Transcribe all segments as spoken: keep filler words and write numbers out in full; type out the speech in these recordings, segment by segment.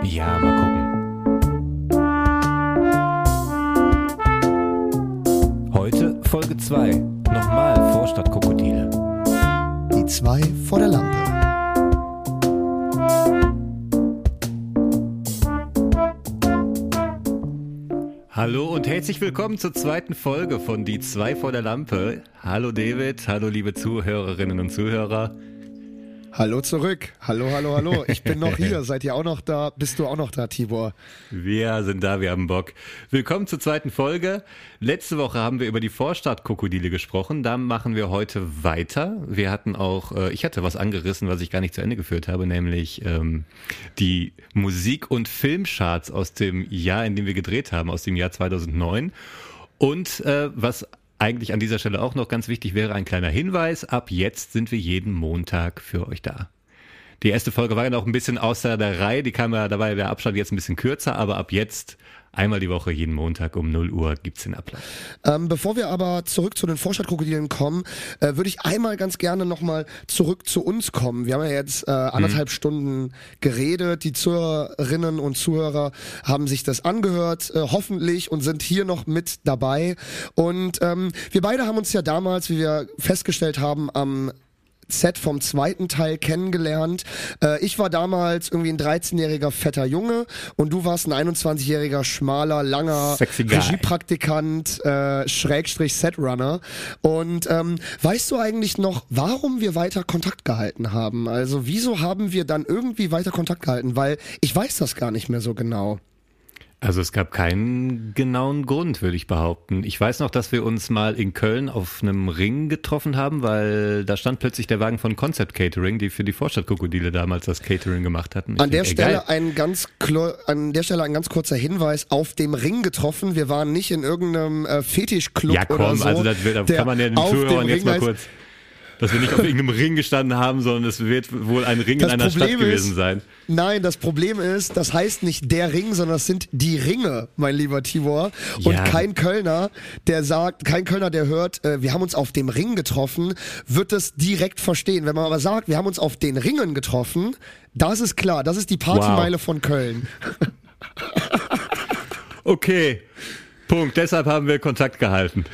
Ja, mal gucken. Heute Folge zwei. Nochmal Vorstadtkrokodile. Die zwei vor der Lampe. Hallo und herzlich willkommen zur zweiten Folge von Die zwei vor der Lampe. Hallo David, hallo liebe Zuhörerinnen und Zuhörer. Hallo zurück. Hallo, hallo, hallo. Ich bin noch hier. Seid ihr auch noch da? Bist du auch noch da, Tibor? Wir sind da, wir haben Bock. Willkommen zur zweiten Folge. Letzte Woche haben wir über die Vorstadtkrokodile gesprochen. Da machen wir heute weiter. Wir hatten auch, äh, ich hatte was angerissen, was ich gar nicht zu Ende geführt habe, nämlich ähm, die Musik- und Filmcharts aus dem Jahr, in dem wir gedreht haben, aus dem Jahr zweitausendneun. Und äh, was eigentlich an dieser Stelle auch noch ganz wichtig wäre, ein kleiner Hinweis. Ab jetzt sind wir jeden Montag für euch da. Die erste Folge war ja noch ein bisschen außer der Reihe. Die kam ja, da war ja der Abstand jetzt ein bisschen kürzer, aber ab jetzt einmal die Woche, jeden Montag um null Uhr gibt's den Ablauf. Ähm, bevor wir aber zurück zu den Vorstadtkrokodilen kommen, äh, würde ich einmal ganz gerne nochmal zurück zu uns kommen. Wir haben ja jetzt äh, anderthalb mhm. Stunden geredet. Die Zuhörerinnen und Zuhörer haben sich das angehört, äh, hoffentlich, und sind hier noch mit dabei. Und ähm, wir beide haben uns ja damals, wie wir festgestellt haben, am Set vom zweiten Teil kennengelernt. Äh, ich war damals irgendwie ein dreizehnjähriger fetter Junge und du warst ein einundzwanzigjähriger schmaler, langer Regiepraktikant, äh, Schrägstrich Setrunner. Und ähm, weißt du eigentlich noch, warum wir weiter Kontakt gehalten haben? Also wieso haben wir dann irgendwie weiter Kontakt gehalten? Weil ich weiß das gar nicht mehr so genau. Also es gab keinen genauen Grund, würde ich behaupten. Ich weiß noch, dass wir uns mal in Köln auf einem Ring getroffen haben, weil da stand plötzlich der Wagen von Concept Catering, die für die Vorstadtkrokodile damals das Catering gemacht hatten. Ich an der denk, Stelle ein ganz klo- an der Stelle ein ganz kurzer Hinweis: Auf dem Ring getroffen. Wir waren nicht in irgendeinem äh, Fetischclub ja, komm, oder so. Also das wird, da kann man ja den Zuhörern jetzt mal kurz, dass wir nicht auf irgendeinem Ring gestanden haben, sondern es wird wohl ein Ring in einer Stadt gewesen sein. Nein, das Problem ist, das heißt nicht der Ring, sondern das sind die Ringe, mein lieber Tibor. Und ja. kein Kölner, der sagt, kein Kölner, der hört, äh, wir haben uns auf dem Ring getroffen, wird es direkt verstehen. Wenn man aber sagt, wir haben uns auf den Ringen getroffen, das ist klar, das ist die Partymeile wow. von Köln. Okay, Punkt. Deshalb haben wir Kontakt gehalten.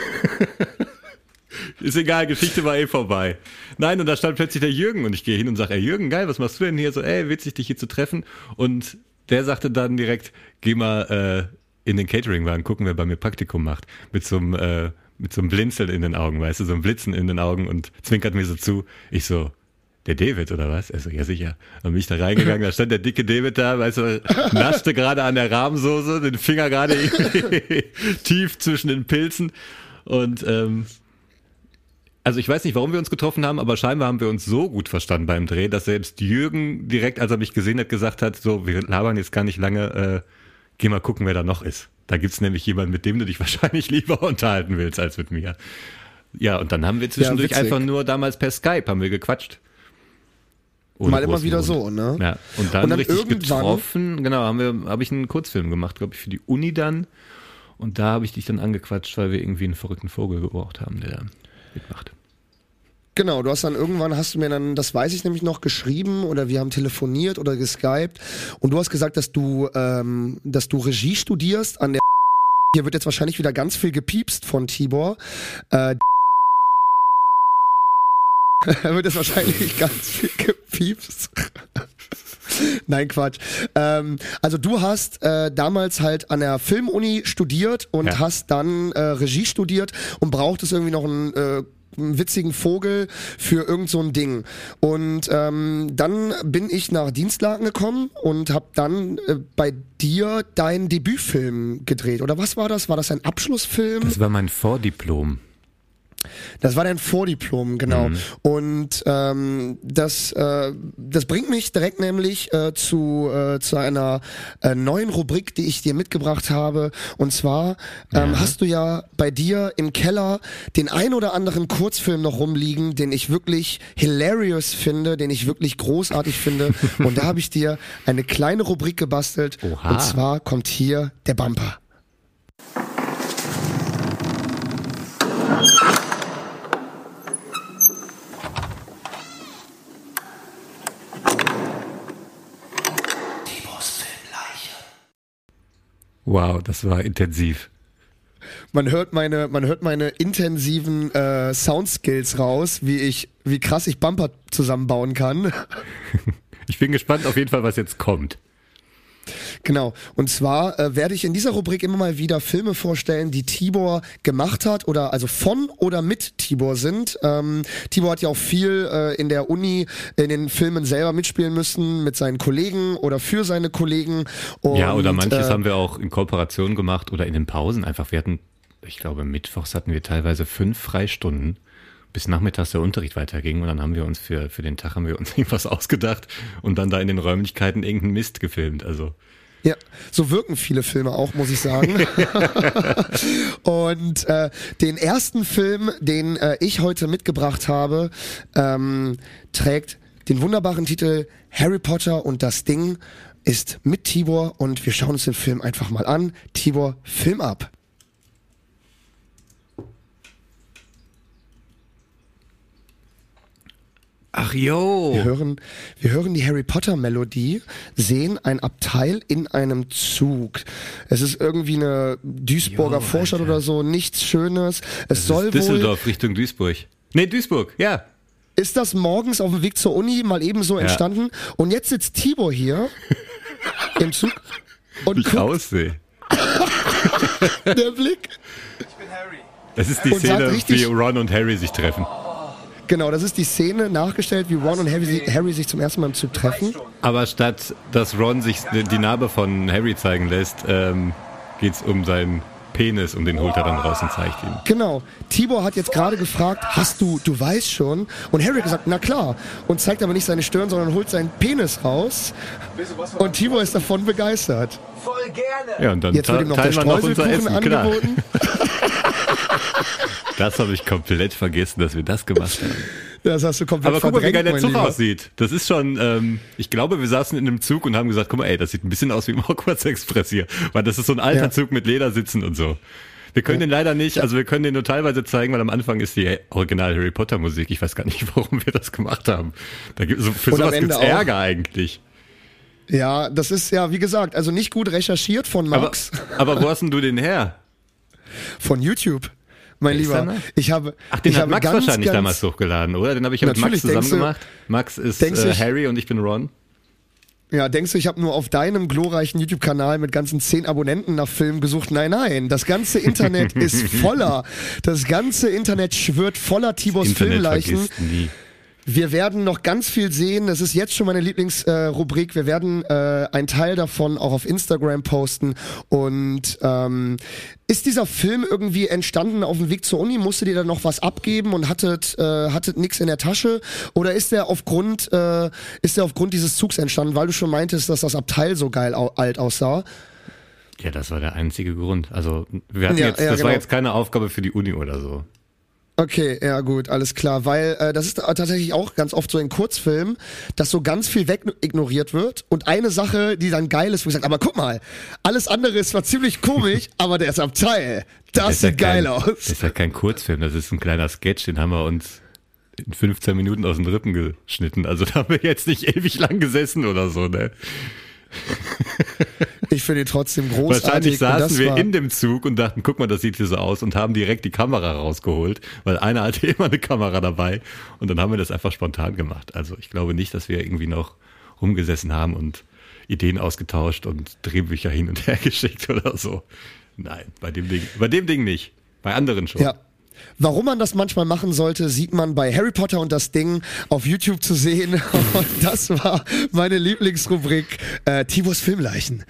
Ist egal, Geschichte war eh vorbei. Nein, und da stand plötzlich der Jürgen und ich gehe hin und sage, ey Jürgen, geil, was machst du denn hier? So, ey, witzig, dich hier zu treffen. Und der sagte dann direkt, geh mal äh, in den Cateringwagen, gucken, wer bei mir Praktikum macht. Mit so einem äh, mit so einem Blinzeln in den Augen, weißt du, so einem Blitzen in den Augen und zwinkert mir so zu. Ich so, der David oder was? Er so, ja sicher. Dann bin ich da reingegangen, da stand der dicke David da, weißt du, naschte gerade an der Rahmsoße, den Finger gerade tief zwischen den Pilzen und ähm, also ich weiß nicht, warum wir uns getroffen haben, aber scheinbar haben wir uns so gut verstanden beim Dreh, dass selbst Jürgen direkt, als er mich gesehen hat, gesagt hat, so, wir labern jetzt gar nicht lange, äh, geh mal gucken, wer da noch ist. Da gibt's nämlich jemanden, mit dem du dich wahrscheinlich lieber unterhalten willst als mit mir. Ja, und dann haben wir zwischendurch ja, einfach nur damals per Skype haben wir gequatscht. Ohne mal immer wieder Mund. So, ne? Ja, und dann, und dann richtig getroffen, genau, haben wir, habe ich einen Kurzfilm gemacht, glaube ich, für die Uni dann. Und da habe ich dich dann angequatscht, weil wir irgendwie einen verrückten Vogel gebraucht haben, der mitmacht. Genau, du hast dann irgendwann, hast du mir dann, das weiß ich nämlich noch, geschrieben oder wir haben telefoniert oder geskypt und du hast gesagt, dass du, ähm, dass du Regie studierst an der hier wird jetzt wahrscheinlich wieder ganz viel gepiepst von Tibor. Äh, da wird jetzt wahrscheinlich ganz viel gepiepst. Nein, Quatsch. Ähm, also du hast äh, damals halt an der Filmuni studiert und ja. hast dann äh, Regie studiert und brauchtest irgendwie noch einen, äh, einen witzigen Vogel für irgend so ein Ding. Und ähm, dann bin ich nach Dienstlaken gekommen und habe dann äh, bei dir deinen Debütfilm gedreht. Oder was war das? War das ein Abschlussfilm? Das war mein Vordiplom. Das war dein Vordiplom, genau. Mhm. Und ähm, das äh, das bringt mich direkt nämlich äh, zu äh, zu einer äh, neuen Rubrik, die ich dir mitgebracht habe. Und zwar ähm, ja. hast du ja bei dir im Keller den ein oder anderen Kurzfilm noch rumliegen, den ich wirklich hilarious finde, den ich wirklich großartig finde. Und da habe ich dir eine kleine Rubrik gebastelt. Oha. Und zwar kommt hier der Bumper. Wow, das war intensiv. Man hört meine, man hört meine intensiven äh, Soundskills raus, wie ich, wie krass ich Bumper zusammenbauen kann. Ich bin gespannt auf jeden Fall, was jetzt kommt. Genau. Und zwar äh, werde ich in dieser Rubrik immer mal wieder Filme vorstellen, die Tibor gemacht hat oder also von oder mit Tibor sind. Ähm, Tibor hat ja auch viel äh, in der Uni in den Filmen selber mitspielen müssen mit seinen Kollegen oder für seine Kollegen. Und, ja, oder manches äh, haben wir auch in Kooperation gemacht oder in den Pausen einfach. Wir hatten, ich glaube, mittwochs hatten wir teilweise fünf Freistunden, bis nachmittags der Unterricht weiterging und dann haben wir uns für, für den Tag haben wir uns irgendwas ausgedacht und dann da in den Räumlichkeiten irgendeinen Mist gefilmt, also. Ja, so wirken viele Filme auch, muss ich sagen. Und äh, den ersten Film, den äh, ich heute mitgebracht habe, ähm, trägt den wunderbaren Titel Harry Potter und das Ding, ist mit Tibor und wir schauen uns den Film einfach mal an. Tibor, Film ab. Ach jo. Wir hören, wir hören die Harry Potter Melodie, sehen ein Abteil in einem Zug. Es ist irgendwie eine Duisburger Jo, Vorstadt Alter. oder so, nichts Schönes. Es Das soll ist wohl, Düsseldorf Richtung Duisburg. Nee, Duisburg, ja. ist das morgens auf dem Weg zur Uni mal eben so Ja. entstanden und jetzt sitzt Tibor hier im Zug und Wie ich guckt, aussehe. der Blick. Das ist die Und sagt Szene, richtig- wie Ron und Harry sich treffen. Genau, das ist die Szene nachgestellt, wie Ron und Harry, Harry sich zum ersten Mal im Zug treffen. Aber statt dass Ron sich die Narbe von Harry zeigen lässt, ähm, geht's um seinen Penis und den holt er dann raus und zeigt ihn. Genau. Tibor hat jetzt gerade gefragt, hast du, du weißt schon? Und Harry hat gesagt, na klar. Und zeigt aber nicht seine Stirn, sondern holt seinen Penis raus. Und Tibor ist davon begeistert. Voll gerne. Ja, und dann Jetzt wird ihm noch der teilen wir noch unser Streuselkuchen Essen, klar. angeboten. Das habe ich komplett vergessen, dass wir das gemacht haben. Das hast du komplett Aber guck mal, wie geil verdrängt, der mein Zug Lieber. aussieht. Das ist schon, ähm, ich glaube, wir saßen in einem Zug und haben gesagt, guck mal, ey, das sieht ein bisschen aus wie im Hogwarts Express hier. Weil das ist so ein alter Ja. Zug mit Ledersitzen und so. Wir können Ja. den leider nicht, also wir können den nur teilweise zeigen, weil am Anfang ist die Original Harry Potter Musik. Ich weiß gar nicht, warum wir das gemacht haben. Da gibt, so, für Und am sowas Ende gibt's auch. Ärger eigentlich. Ja, das ist ja, wie gesagt, also nicht gut recherchiert von Aber, Max, aber wo hast denn du den her? von YouTube. Mein Wer ist Lieber, der noch? ich habe, Ach, den ich hat habe Max ganz, wahrscheinlich ganz, damals hochgeladen, oder? Den habe ich ja mit Max Natürlich, zusammen denkst du- gemacht. Max ist denkst du, äh, ich- Harry und ich bin Ron. Ja, denkst du, ich habe nur auf deinem glorreichen YouTube-Kanal mit ganzen zehn Abonnenten nach Filmen gesucht? Nein, nein, das ganze Internet ist voller. Das ganze Internet schwört voller Tibors Internet Filmleichen. vergisst nie. Wir werden noch ganz viel sehen. Das ist jetzt schon meine Lieblingsrubrik. Wir werden äh, einen Teil davon auch auf Instagram posten. Und ähm, ist dieser Film irgendwie entstanden auf dem Weg zur Uni? Musstet ihr da noch was abgeben und hattet, äh, hattet nix in der Tasche? Oder ist der aufgrund, äh, ist der aufgrund dieses Zugs entstanden, weil du schon meintest, dass das Abteil so geil au- alt aussah? Ja, das war der einzige Grund. Also wir hatten Ja, jetzt, ja, das genau. war jetzt keine Aufgabe für die Uni oder so. Okay, ja gut, alles klar, weil äh, das ist tatsächlich auch ganz oft so in Kurzfilmen, dass so ganz viel weg ignoriert wird und eine Sache, die dann geil ist, wo ich sage, aber guck mal, alles andere ist zwar ziemlich komisch, aber der ist Abteil, das ist ja sieht geil kein, aus. Das ist ja kein Kurzfilm, das ist ein kleiner Sketch, den haben wir uns in fünfzehn Minuten aus den Rippen geschnitten. Also da haben wir jetzt nicht ewig lang gesessen oder so, ne? Ich finde ihn trotzdem großartig. Wahrscheinlich und das saßen wir war, in dem Zug und dachten, guck mal, das sieht hier so aus und haben direkt die Kamera rausgeholt, weil einer hatte immer eine Kamera dabei und dann haben wir das einfach spontan gemacht. Also ich glaube nicht, dass wir irgendwie noch rumgesessen haben und Ideen ausgetauscht und Drehbücher hin und her geschickt oder so. Nein, bei dem Ding, bei dem Ding nicht. Bei anderen schon. Ja. Warum man das manchmal machen sollte, sieht man bei Harry Potter und das Ding auf YouTube zu sehen. Und das war meine Lieblingsrubrik, äh, Tibors Filmleichen.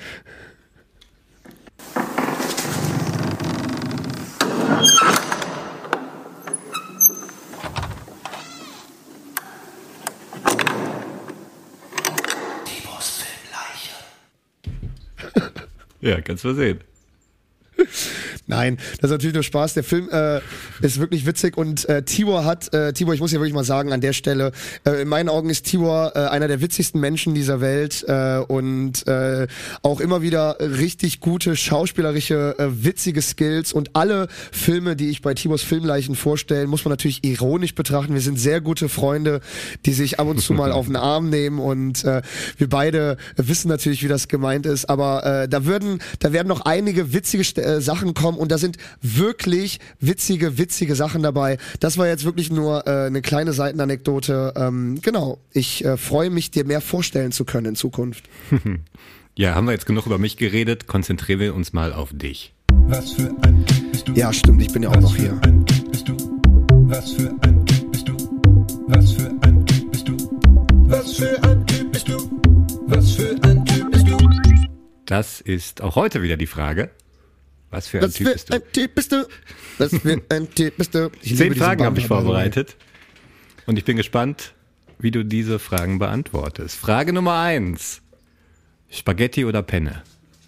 Ja, kannst du sehen. Nein, das ist natürlich nur Spaß. Der Film äh, ist wirklich witzig und äh, Tibor hat, äh, Tibor, ich muss ja wirklich mal sagen an der Stelle, äh, in meinen Augen ist Tibor äh, einer der witzigsten Menschen dieser Welt äh, und äh, auch immer wieder richtig gute schauspielerische, äh, witzige Skills und alle Filme, die ich bei Tibors Filmleichen vorstelle, muss man natürlich ironisch betrachten. Wir sind sehr gute Freunde, die sich ab und zu mal auf den Arm nehmen und äh, wir beide wissen natürlich, wie das gemeint ist, aber äh, da würden, da werden noch einige witzige äh, Sachen kommen und da sind wirklich witzige, witzige Sachen dabei. Das war jetzt wirklich nur äh, eine kleine Seitenanekdote. Ähm, genau, ich äh, freue mich, dir mehr vorstellen zu können in Zukunft. Ja, haben wir jetzt genug über mich geredet, konzentrieren wir uns mal auf dich. Was für ein Typ bist du? Ja, stimmt, ich bin ja auch Was noch für hier. ein Typ bist du? Was für ein Typ bist du? Was für ein Typ bist du? Was für ein Typ bist du? Was für ein Typ bist du? Das ist auch heute wieder die Frage. Was für ein Was Typ für bist du? ein Typ bist du? Was für ein Typ bist du? Ich liebe Zehn diesen Fragen habe ich Bumper, by the way. vorbereitet. Und ich bin gespannt, wie du diese Fragen beantwortest. Frage Nummer eins. Spaghetti oder Penne?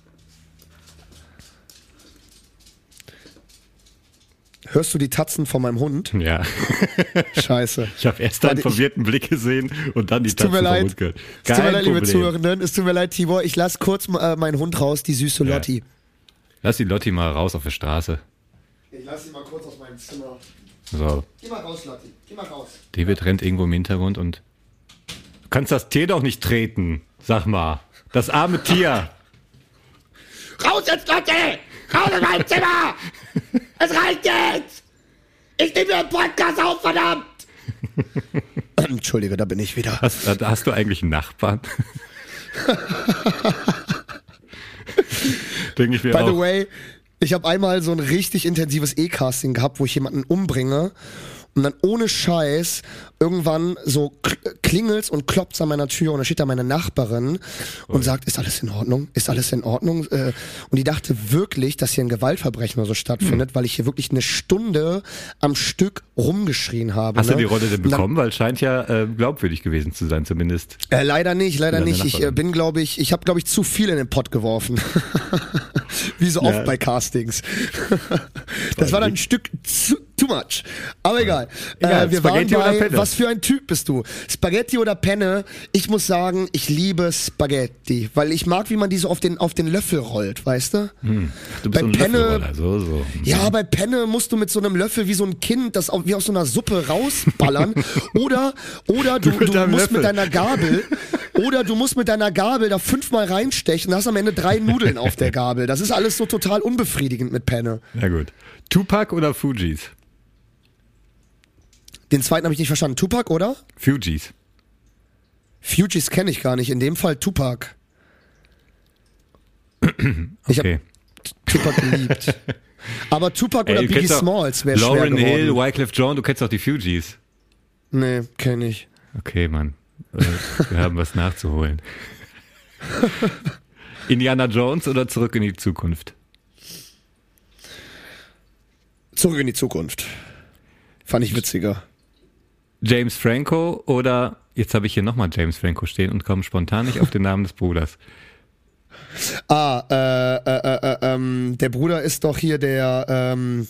Hörst du die Tatzen von meinem Hund? Ja. Scheiße. Ich habe erst deinen Warte, ich- verwirrten Blick gesehen und dann die Es tut mir Tatzen vom leid. Hund gehört. Es tut mir Kein leid, liebe Problem. Zuhörenden. Es tut mir leid, Tibor. Ich lass kurz äh, meinen Hund raus, die süße Ja. Lotti. Lass die Lotti mal raus auf der Straße. Ich lass sie mal kurz aus meinem Zimmer. So, Geh mal raus, Lotti. Geh mal raus. David rennt irgendwo im Hintergrund und... Du kannst das Tier doch nicht treten. Sag mal. Das arme Tier. Raus jetzt, Lotti! Raus aus meinem Zimmer! Es reicht jetzt! Ich nehme einen Podcast auf, verdammt! Entschuldige, da bin ich wieder. Hast, hast du eigentlich einen Nachbarn? Denke ich mir By auch. the way, ich habe einmal so ein richtig intensives E-Casting gehabt, wo ich jemanden umbringe und dann ohne Scheiß irgendwann so klingelt's und klopft's an meiner Tür und dann steht da meine Nachbarin und sagt, ist alles in Ordnung? Ist alles in Ordnung? Und die dachte wirklich, dass hier ein Gewaltverbrechen oder so stattfindet, hm. weil ich hier wirklich eine Stunde am Stück rumgeschrien habe. Hast ne? du die Rolle denn Und dann- bekommen? Weil es scheint ja äh, glaubwürdig gewesen zu sein, zumindest. Äh, leider nicht, leider Deine nicht. Ich äh, Nachbarin. bin, glaube ich, ich habe, glaube ich, zu viel in den Pott geworfen. Wie so oft Ja. bei Castings. Das war dann ein Stück zu, too much. Aber egal. Egal, Äh, wir Spaghetti waren oder bei, Penne? was für ein Typ bist du? Spaghetti oder Penne? Ich muss sagen, ich liebe Spaghetti, weil ich mag, wie man die so auf den, auf den Löffel rollt, weißt du? Hm. Du bist Bei so ein Penne- Löffelroller, so, so. Ja, bei Penne musst du mit so einem Löffel wie so ein Kind das au- wie aus so einer Suppe rausballern. oder oder du, mit du deinem musst mit Löffel. deiner Gabel oder du musst mit deiner Gabel da fünfmal reinstechen und hast am Ende drei Nudeln auf der Gabel. Das ist alles so total unbefriedigend mit Penne. Na gut. Tupac oder Fujis? Den zweiten habe ich nicht verstanden. Tupac oder? Fujis. Fugees kenne ich gar nicht. In dem Fall Tupac. Ich Okay. habe Tupac geliebt. Aber Tupac Ey, oder du Biggie kennst doch Smalls wäre schwer Lauryn geworden. Hill, Wyclef Jean, du kennst doch die Fujis. Nee, kenne ich. Okay, Mann. Äh, Wir haben was nachzuholen. Indiana Jones oder Zurück in die Zukunft? Zurück in die Zukunft. Fand ich witziger. James Franco oder, jetzt habe ich hier nochmal James Franco stehen und komme spontan nicht auf den Namen des Bruders. Ah, äh, äh, äh, ähm, der Bruder ist doch hier der, ähm,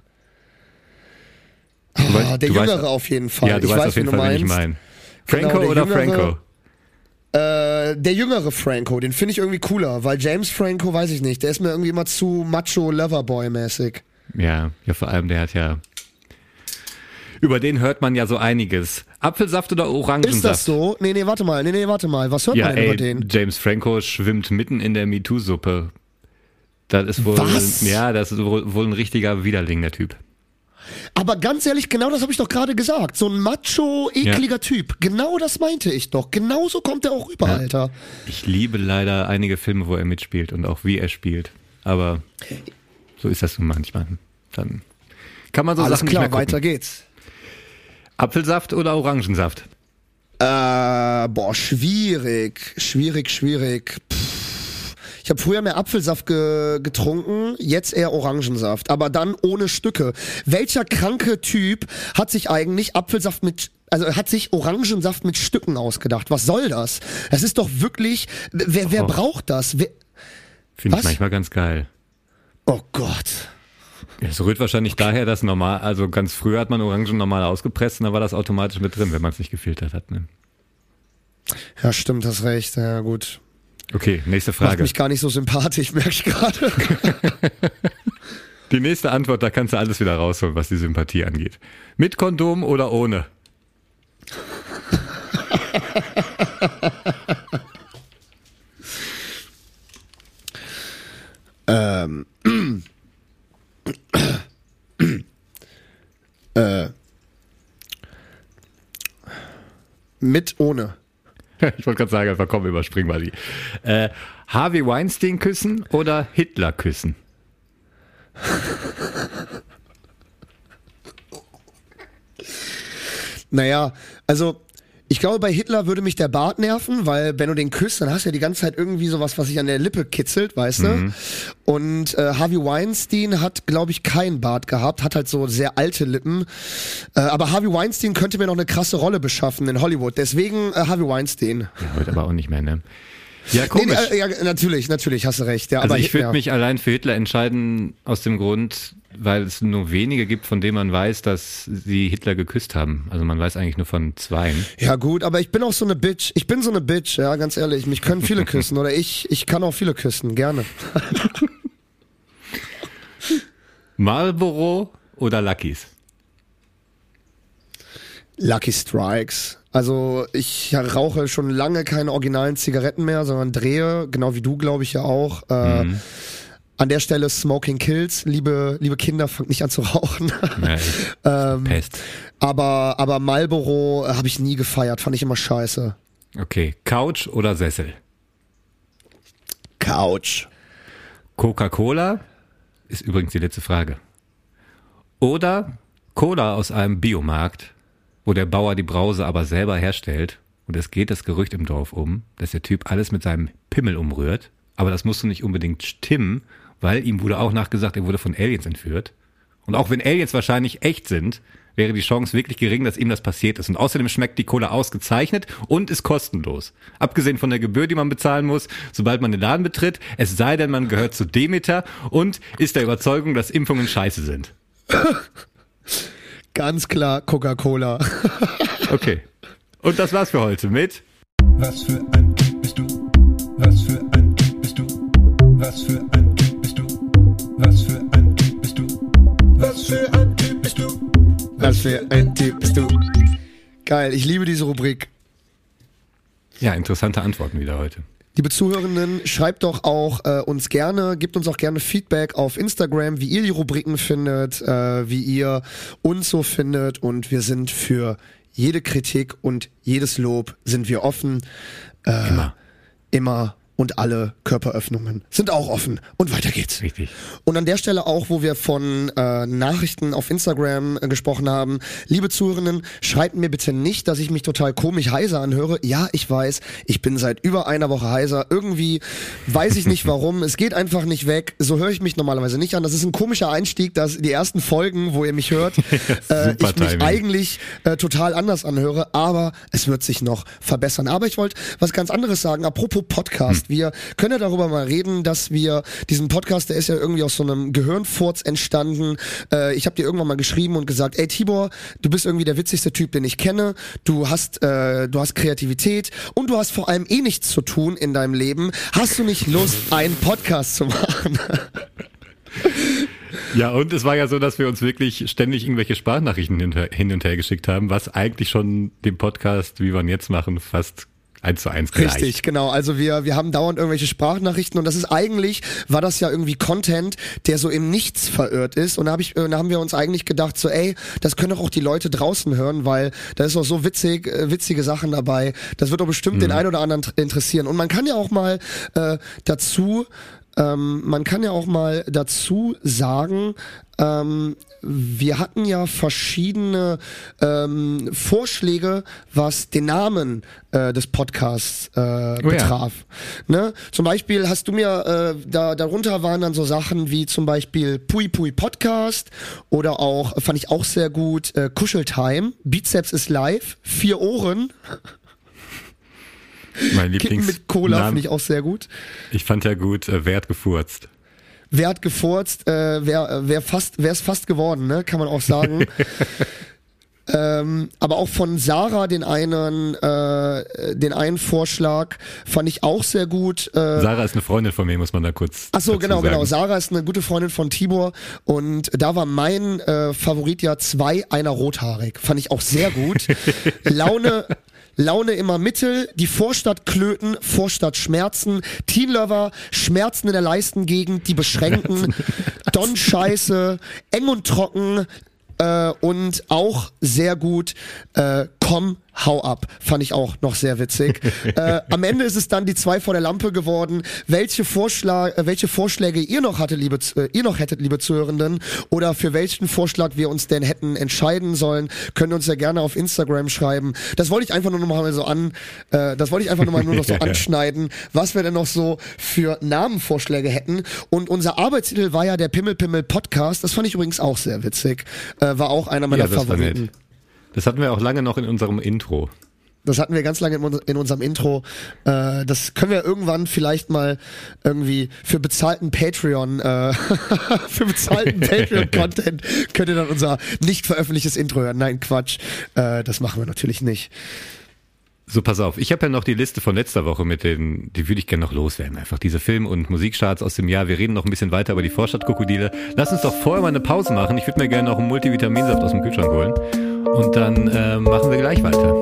Du weißt- ah, der du weißt- Jüngere auf jeden Fall. Ja, du ich weißt weiß, auf jeden wen du Fall, wen ich meinst. meine. Franco Genau, der oder Jüngere- Franco? Äh, der jüngere Franco, den finde ich irgendwie cooler, weil James Franco, weiß ich nicht, der ist mir irgendwie immer zu macho Loverboy-mäßig. Ja, ja, vor allem, der hat ja, über den hört man ja so einiges. Apfelsaft oder Orangensaft? Ist das so? Nee, nee, warte mal, nee, nee, warte mal, was hört Ja, man denn ey, über den? James Franco schwimmt mitten in der MeToo-Suppe. Das ist wohl, Was? ja, das ist wohl, wohl ein richtiger Widerling, der Typ. Aber ganz ehrlich, genau das habe ich doch gerade gesagt. So ein macho, ekliger Typ. Genau das meinte ich doch. Genauso kommt er auch rüber, Ja. Alter. Ich liebe leider einige Filme, wo er mitspielt und auch wie er spielt. Aber so ist das nun manchmal. Dann kann man so Alles Sachen klar, nicht mehr gucken. weiter geht's. Apfelsaft oder Orangensaft? Äh, boah, schwierig, schwierig, schwierig. Pff. Ich habe früher mehr Apfelsaft ge getrunken, jetzt eher Orangensaft, aber dann ohne Stücke. Welcher kranke Typ hat sich eigentlich Apfelsaft mit, also hat sich Orangensaft mit Stücken ausgedacht? Was soll das? Das ist doch wirklich, wer, wer Oh. braucht das? Wer, Finde ich Was? manchmal ganz geil. oh Gott. Es rührt wahrscheinlich daher, dass normal, also ganz früher hat man Orangen normal ausgepresst und da war das automatisch mit drin, wenn man es nicht gefiltert hat. Ne? Ja, stimmt, hast recht. Ja, gut. Okay, nächste Macht Frage. mich gar nicht so sympathisch, merke ich gerade. Die nächste Antwort, da kannst du alles wieder rausholen, was die Sympathie angeht. Mit Kondom oder ohne? ähm. äh. Mit, ohne. Ich wollte gerade sagen, einfach komm, überspring mal die. Äh, Harvey Weinstein küssen oder Hitler küssen? Naja, also ich glaube, bei Hitler würde mich der Bart nerven, weil wenn du den küsst, dann hast du ja die ganze Zeit irgendwie sowas, was sich an der Lippe kitzelt, weißt Mhm. du? Und äh, Harvey Weinstein hat, glaube ich, keinen Bart gehabt, hat halt so sehr alte Lippen. Äh, aber Harvey Weinstein könnte mir noch eine krasse Rolle beschaffen in Hollywood. Deswegen äh, Harvey Weinstein. Ja, heute aber auch nicht mehr, ne? Ja, Nee, komisch. nee, äh, ja, natürlich, natürlich, hast du recht. Ja, Also aber ich würde ja. mich allein für Hitler entscheiden, aus dem Grund, weil es nur wenige gibt, von denen man weiß, dass sie Hitler geküsst haben. Also man weiß eigentlich nur von zweien. Ja gut, aber ich bin auch so eine Bitch. Ich bin so eine Bitch, ja, ganz ehrlich. Mich können viele küssen oder ich, ich kann auch viele küssen, gerne. Marlboro oder Lucky's? Lucky Strikes. Also ich rauche schon lange keine originalen Zigaretten mehr, sondern drehe, genau wie du, glaube ich ja auch. Äh, Mhm. An der Stelle Smoking Kills. Liebe, liebe Kinder, fangt nicht an zu rauchen. Ja, ich- ähm, Pest. aber, aber Marlboro habe ich nie gefeiert, fand ich immer scheiße. Okay, Couch oder Sessel? Couch. Coca-Cola ist übrigens die letzte Frage. Oder Cola aus einem Biomarkt, wo der Bauer die Brause aber selber herstellt. Und es geht das Gerücht im Dorf um, dass der Typ alles mit seinem Pimmel umrührt. Aber das musste nicht unbedingt stimmen, weil ihm wurde auch nachgesagt, er wurde von Aliens entführt. Und auch wenn Aliens wahrscheinlich echt sind, wäre die Chance wirklich gering, dass ihm das passiert ist. Und außerdem schmeckt die Cola ausgezeichnet und ist kostenlos. Abgesehen von der Gebühr, die man bezahlen muss, sobald man den Laden betritt, es sei denn, man gehört zu Demeter und ist der Überzeugung, dass Impfungen scheiße sind. Ganz klar Coca-Cola. Okay. Und das war's für heute mit Was für ein Typ bist du? Was für ein Typ bist du? Was für ein Typ bist du? Was für ein Typ bist du? Was für ein Typ bist du? Was für ein Typ bist du? Geil, ich liebe diese Rubrik. Ja, interessante Antworten wieder heute. Liebe Zuhörenden, schreibt doch auch äh, uns gerne, gebt uns auch gerne Feedback auf Instagram, wie ihr die Rubriken findet, äh, wie ihr uns so findet, und wir sind für jede Kritik und jedes Lob sind wir offen. Äh, Immer. Immer und alle Körperöffnungen sind auch offen. Und weiter geht's. Richtig. Und an der Stelle auch, wo wir von äh, Nachrichten auf Instagram äh, gesprochen haben, liebe Zuhörenden, schreibt mir bitte nicht, dass ich mich total komisch heiser anhöre. Ja, ich weiß, ich bin seit über einer Woche heiser. Irgendwie weiß ich nicht warum. Es geht einfach nicht weg. So höre ich mich normalerweise nicht an. Das ist ein komischer Einstieg, dass die ersten Folgen, wo ihr mich hört, äh, ich mich Timing. eigentlich äh, total anders anhöre. Aber es wird sich noch verbessern. Aber ich wollte was ganz anderes sagen. Apropos Podcast. Hm. Wir können ja darüber mal reden, dass wir diesen Podcast, der ist ja irgendwie aus so einem Gehirnfurz entstanden. Äh, ich habe dir irgendwann mal geschrieben und gesagt, ey Tibor, du bist irgendwie der witzigste Typ, den ich kenne. Du hast, äh, du hast Kreativität und du hast vor allem eh nichts zu tun in deinem Leben. Hast du nicht Lust, einen Podcast zu machen? Ja, und es war ja so, dass wir uns wirklich ständig irgendwelche Sprachnachrichten hinter, hin und her geschickt haben, was eigentlich schon dem Podcast, wie wir ihn jetzt machen, fast eins zu eins gleich. Richtig, genau. Also wir wir haben dauernd irgendwelche Sprachnachrichten und das ist eigentlich, war das ja irgendwie Content, der so im Nichts verirrt ist, und da, hab ich, da haben wir uns eigentlich gedacht, so ey, das können doch auch die Leute draußen hören, weil da ist auch so witzig, äh, witzige Sachen dabei. Das wird doch bestimmt mhm. den einen oder anderen t- interessieren. Und man kann ja auch mal äh, dazu Ähm, man kann ja auch mal dazu sagen, ähm, wir hatten ja verschiedene ähm, Vorschläge, was den Namen äh, des Podcasts äh, Oh betraf. Ja. Ne? Zum Beispiel hast du mir, äh, da darunter waren dann so Sachen wie zum Beispiel Pui Pui Podcast oder auch, fand ich auch sehr gut, äh, Kuscheltime, Bizeps ist live, Vier Ohren. Mein Kippen Lieblings mit Cola Namen- finde ich auch sehr gut. Ich fand ja gut, äh, Wert gefurzt. wer hat gefurzt, äh, wer, wer fast, wer ist fast geworden, ne? Kann man auch sagen. Ähm, aber auch von Sarah den einen, äh, den einen Vorschlag fand ich auch sehr gut. Äh, Sarah ist eine Freundin von mir, muss man da kurz. Ach so, genau, sagen. genau. Sarah ist eine gute Freundin von Tibor und da war mein äh, Favorit ja zwei, einer rothaarig. Fand ich auch sehr gut. Laune, Laune immer Mittel, die Vorstadt Klöten, Vorstadt Schmerzen, Teen Lover, Schmerzen in der Leistengegend, die beschränken, Don Scheiße, eng und trocken, äh, und auch sehr gut, äh, komm, hau ab. Fand ich auch noch sehr witzig. äh, am Ende ist es dann die zwei vor der Lampe geworden. Welche Vorschlag, äh, welche Vorschläge ihr noch hatte, liebe, äh, ihr noch hättet, liebe Zuhörenden, oder für welchen Vorschlag wir uns denn hätten entscheiden sollen, könnt ihr uns ja gerne auf Instagram schreiben. Das wollte ich einfach nur noch mal so an, äh, das wollte ich einfach nur mal nur noch so anschneiden, was wir denn noch so für Namenvorschläge hätten. Und unser Arbeitstitel war ja der Pimmel Pimmel Podcast. Das fand ich übrigens auch sehr witzig. Äh, war auch einer meiner Ja, das war Favoriten. nett. Das hatten wir auch lange noch in unserem Intro. Das hatten wir ganz lange in, in unserem Intro. Äh, das können wir irgendwann vielleicht mal irgendwie für bezahlten Patreon, äh, für bezahlten Patreon-Content könnt ihr dann unser nicht veröffentlichtes Intro hören. Nein, Quatsch. Äh, das machen wir natürlich nicht. So, pass auf. Ich habe ja noch die Liste von letzter Woche mit den, die würde ich gerne noch loswerden. Einfach diese Film- und Musikcharts aus dem Jahr. Wir reden noch ein bisschen weiter über die Vorstadtkrokodile. Lass uns doch vorher mal eine Pause machen. Ich würde mir gerne noch einen Multivitaminsaft aus dem Kühlschrank holen. Und dann äh, machen wir gleich weiter.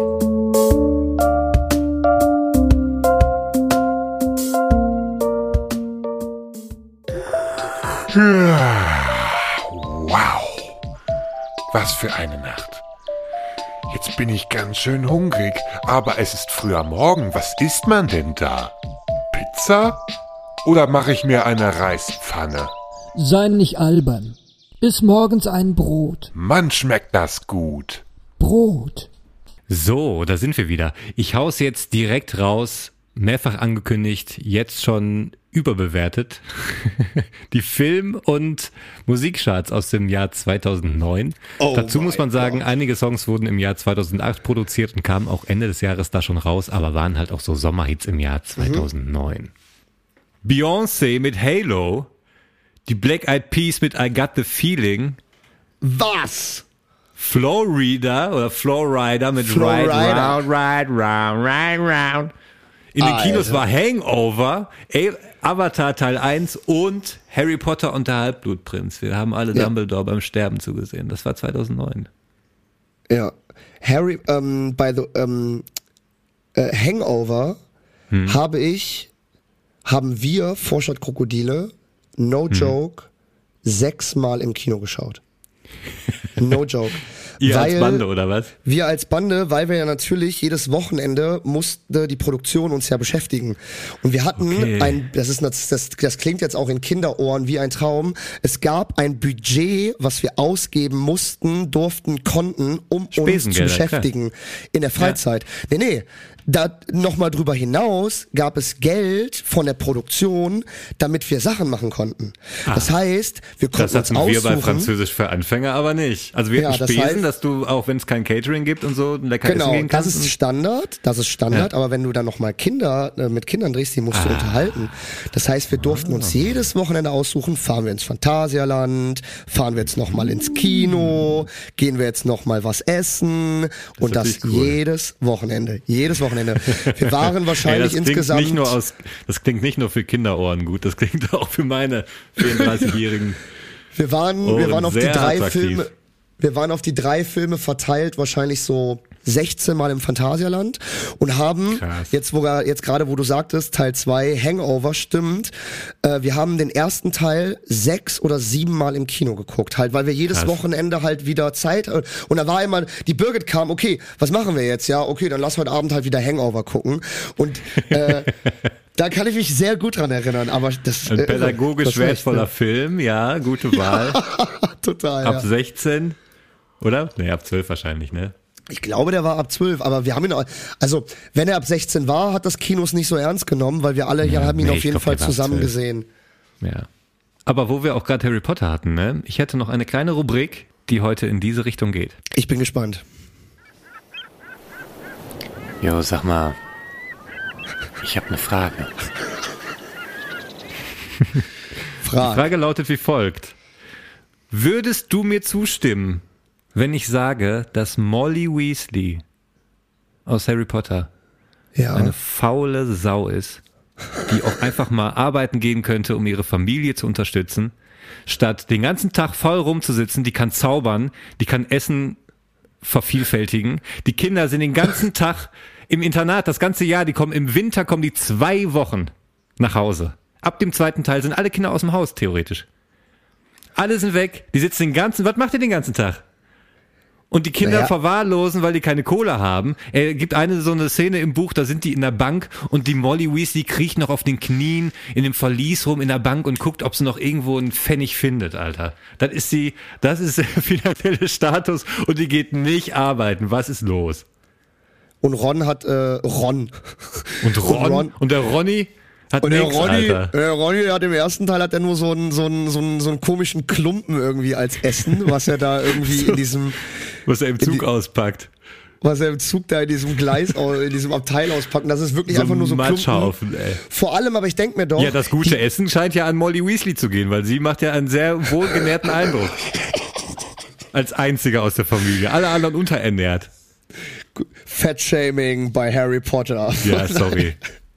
Wow, was für eine Nacht. Jetzt bin ich ganz schön hungrig, aber es ist früh am Morgen. Was isst man denn da? Pizza? Oder mache ich mir eine Reispfanne? Sei nicht albern. Iss morgens ein Brot. Mann, schmeckt das gut. Brot. So, da sind wir wieder. Ich hau's jetzt direkt raus, mehrfach angekündigt, jetzt schon überbewertet. Die Film- und Musikcharts aus dem Jahr zweitausendneun. Oh Dazu muss man sagen, Gott. einige Songs wurden im Jahr zweitausendacht produziert und kamen auch Ende des Jahres da schon raus, aber waren halt auch so Sommerhits im Jahr zweitausendneun. Mhm. Beyoncé mit Halo, die Black Eyed Peas mit I Got the Feeling, Was? Flowrider oder Flowrider mit Ride Flowrider. Round, Ride Round, Ride Round. In den Alter. Kinos war Hangover, Avatar Teil eins und Harry Potter und der Halbblutprinz. Wir haben alle Ja. Dumbledore beim Sterben zugesehen. Das war zweitausendneun. Ja. Harry, ähm, bei the, ähm, äh, Hangover Hm. habe ich, haben wir Vorstadtkrokodile, no Hm. joke, sechsmal im Kino geschaut. No joke. Ihr als Weil- Bande oder was? Wir als Bande, weil wir ja natürlich jedes Wochenende musste die Produktion uns ja beschäftigen. Und wir hatten Okay. ein, das ist, das, das, das klingt jetzt auch in Kinderohren wie ein Traum. Es gab ein Budget, was wir ausgeben mussten, durften, konnten, um uns zu Spesengelder, beschäftigen in der Freizeit. Nee, nee. Da nochmal drüber hinaus gab es Geld von der Produktion, damit wir Sachen machen konnten. Das heißt, wir konnten Das hatten uns wir aussuchen. bei Französisch für Anfänger aber nicht. Also wir Ja, hatten das Spesen, heißt- dass du, auch wenn es kein Catering gibt und so, lecker essen Genau, gehen das kannst. ist Standard, das ist Standard, aber wenn du dann nochmal Kinder, äh, mit Kindern drehst, die musst du unterhalten. Das heißt, wir durften uns jedes Wochenende aussuchen, fahren wir ins Phantasialand, fahren wir jetzt nochmal ins Kino, gehen wir jetzt nochmal was essen und das natürlich cool. jedes Wochenende, jedes Wochenende. Wir waren Ey, wahrscheinlich das klingt insgesamt... nicht nur aus, das klingt nicht nur für Kinderohren gut, das klingt auch für meine vierunddreißigjährigen. Wir waren, wir Ohren waren auf die sehr drei attraktiv. Filme, wir waren auf die drei Filme verteilt, wahrscheinlich so sechzehn Mal im Phantasialand und haben, Krass. jetzt wo jetzt gerade wo du sagtest, Teil zwei Hangover, stimmt, äh, wir haben den ersten Teil sechs oder sieben Mal im Kino geguckt, halt, weil wir jedes Krass. Wochenende halt wieder Zeit, äh, und da war immer, die Birgit kam, okay, was machen wir jetzt? Ja, okay, dann lass heute Abend halt wieder Hangover gucken und, äh, da kann ich mich sehr gut dran erinnern, aber das Ein äh, pädagogisch das war echt, wertvoller Film, ja, gute Wahl. total, Ab ja. sechzehn, oder? Nee, ab zwölf wahrscheinlich, ne? Ich glaube, der war ab zwölf, aber wir haben ihn, auch- also wenn er ab sechzehn war, hat das Kinos nicht so ernst genommen, weil wir alle hier Ja, haben ihn nee, auf ich jeden glaub, Fall der war ab zusammen zwölf. gesehen. Ja. Aber wo wir auch gerade Harry Potter hatten, ne? Ich hätte noch eine kleine Rubrik, die heute in diese Richtung geht. Ich bin gespannt. Jo, sag mal, ich habe eine Frage. Frag. Die Frage lautet wie folgt. Würdest du mir zustimmen, wenn ich sage, dass Molly Weasley aus Harry Potter Ja. eine faule Sau ist, die auch einfach mal arbeiten gehen könnte, um ihre Familie zu unterstützen, statt den ganzen Tag faul rumzusitzen, die kann zaubern, die kann Essen vervielfältigen, die Kinder sind den ganzen Tag im Internat, das ganze Jahr, die kommen im Winter, kommen die zwei Wochen nach Hause. Ab dem zweiten Teil sind alle Kinder aus dem Haus, theoretisch. Alle sind weg, die sitzen den ganzen, was macht ihr den ganzen Tag? Und die Kinder Naja. verwahrlosen, weil die keine Kohle haben. Er gibt eine so eine Szene im Buch, da sind die in der Bank und die Molly Weasley kriecht noch auf den Knien in dem Verlies rum in der Bank und guckt, ob sie noch irgendwo einen Pfennig findet, Alter. Das ist die, das ist der finanzielle Status und die geht nicht arbeiten. Was ist los? Und Ron hat, äh, Ron. Und Ron, und, Ron- und der Ronny hat Und der nix, Ronny, Alter. der Ronny hat im ersten Teil hat er nur so einen, so einen, so einen, so einen komischen Klumpen irgendwie als Essen, was er da irgendwie in diesem, Was er im Zug die- auspackt. was er im Zug da in diesem Gleis, au- in diesem Abteil auspackt. Und das ist wirklich So einfach nur so ein Klumpen. Matschhaufen, ey. Vor allem, aber ich denk mir doch, Ja, das gute die, Essen scheint ja an Molly Weasley zu gehen, weil sie macht ja einen sehr wohlgenährten Eindruck. Als einziger aus der Familie. Alle anderen unterernährt. Fat-Shaming bei Harry Potter. Ja, sorry.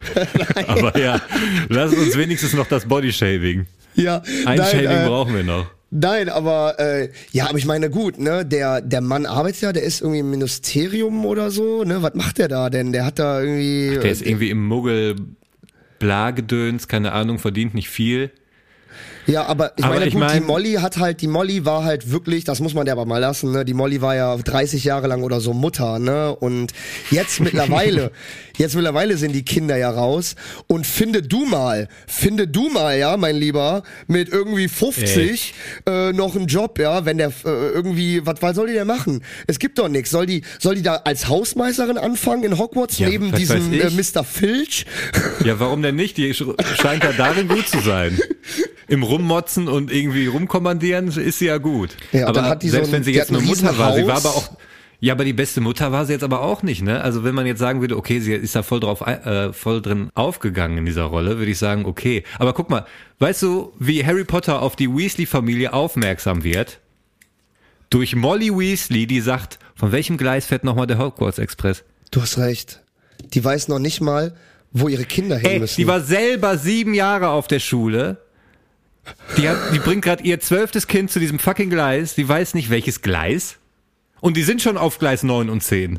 Aber ja, lass uns wenigstens noch das Bodyshaving. Ja, Ein nein, Shaving äh, brauchen wir noch. Nein, aber äh, ja, aber ich meine, gut, ne, der der Mann arbeitet ja, der ist irgendwie im Ministerium oder so, ne? Was macht der da denn? Der hat da irgendwie Der ist irgendwie im Muggel Blagedöns, keine Ahnung, verdient nicht viel. Ja, aber ich Aber meine, ich gut, mein- die Molly hat halt, die Molly war halt wirklich, das muss man der aber mal lassen, ne? Die Molly war ja dreißig Jahre lang oder so Mutter, ne? Und jetzt mittlerweile, jetzt mittlerweile sind die Kinder ja raus und finde du mal, finde du mal, ja, mein Lieber, mit irgendwie fünfzig äh, noch einen Job, ja, wenn der äh, irgendwie, was, was soll die denn machen? Es gibt doch nichts. Soll die, soll die da als Hausmeisterin anfangen in Hogwarts Ja, neben was diesem weiß äh, ich. Mister Filch? Ja, warum denn nicht? Die sch- scheint ja darin gut zu sein. Im Rummotzen und irgendwie rumkommandieren ist sie ja gut. Ja, und aber dann hat die so selbst ein- wenn sie die jetzt hat ein nur Mutter war, sie war Riesenhaus. aber auch, ja, aber die beste Mutter war sie jetzt aber auch nicht, ne? Also wenn man jetzt sagen würde, okay, sie ist da voll drauf, äh, voll drin aufgegangen in dieser Rolle, würde ich sagen, okay. Aber guck mal, weißt du, wie Harry Potter auf die Weasley-Familie aufmerksam wird? Durch Molly Weasley, die sagt, von welchem Gleis fährt nochmal der Hogwarts Express? Du hast recht. Die weiß noch nicht mal, wo ihre Kinder hin Ey, müssen. die war selber sieben Jahre auf der Schule. Die, hat, die bringt gerade ihr zwölftes Kind zu diesem fucking Gleis. Die weiß nicht, welches Gleis. Und die sind schon auf Gleis neun und zehn.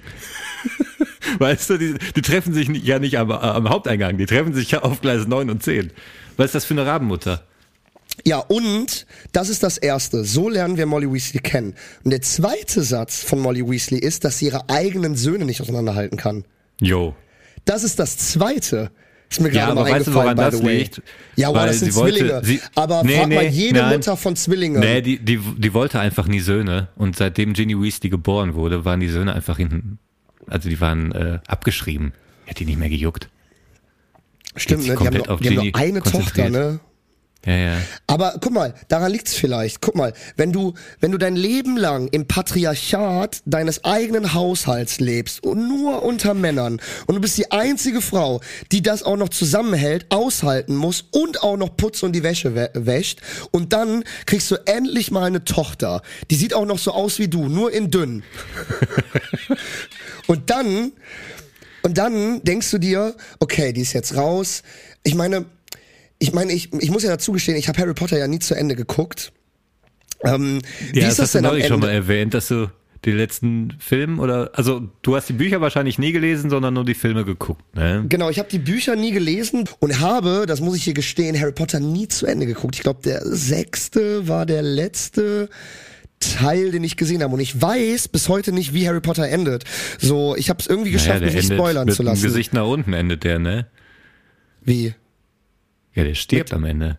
Weißt du, die, die treffen sich nicht, ja nicht am, am Haupteingang. Die treffen sich ja auf Gleis neun und zehn. Was ist das für eine Rabenmutter? Ja, und das ist das Erste. So lernen wir Molly Weasley kennen. Und der zweite Satz von Molly Weasley ist, dass sie ihre eigenen Söhne nicht auseinanderhalten kann. Jo. Das ist das Zweite. Ist mir Ja, gerade aber mal weißt du, eingefallen, woran by das the way. liegt? Ja, wow, Weil das sind sie wollte- Zwillinge. sie- aber Nee, frag mal nee, jede nein. Mutter von Zwillingen. Nee, die, die, die wollte einfach nie Söhne. Und seitdem Ginny Weasley geboren wurde, waren die Söhne einfach hinten, also die waren äh, abgeschrieben. Hätte die nicht mehr gejuckt. Stimmt, sich ne? Die haben, komplett noch, auf die haben Ginny nur eine Tochter, konzentriert. ne? Ja, ja. Aber guck mal, daran liegt's vielleicht. Guck mal, wenn du, wenn du dein Leben lang im Patriarchat deines eigenen Haushalts lebst und nur unter Männern und du bist die einzige Frau, die das auch noch zusammenhält, aushalten muss und auch noch putzt und die Wäsche wä- wäscht und dann kriegst du endlich mal eine Tochter. Die sieht auch noch so aus wie du, nur in dünn. Und dann, und dann denkst du dir, okay, die ist jetzt raus. Ich meine, ich meine, ich, ich muss ja dazu gestehen, ich habe Harry Potter ja nie zu Ende geguckt. Ähm, wie Ja, ist das das hast du denn am neulich schon mal Ende? erwähnt, dass du die letzten Filme oder, also du hast die Bücher wahrscheinlich nie gelesen, sondern nur die Filme geguckt, ne? Genau, ich habe die Bücher nie gelesen und habe, das muss ich hier gestehen, Harry Potter nie zu Ende geguckt. Ich glaube, der sechste war der letzte Teil, den ich gesehen habe. Und ich weiß bis heute nicht, wie Harry Potter endet. So, ich habe es irgendwie geschafft, Naja, der mich nicht endet spoilern mit zu dem lassen. Gesicht nach unten endet der, ne? Wie? Ja, der stirbt am Ende.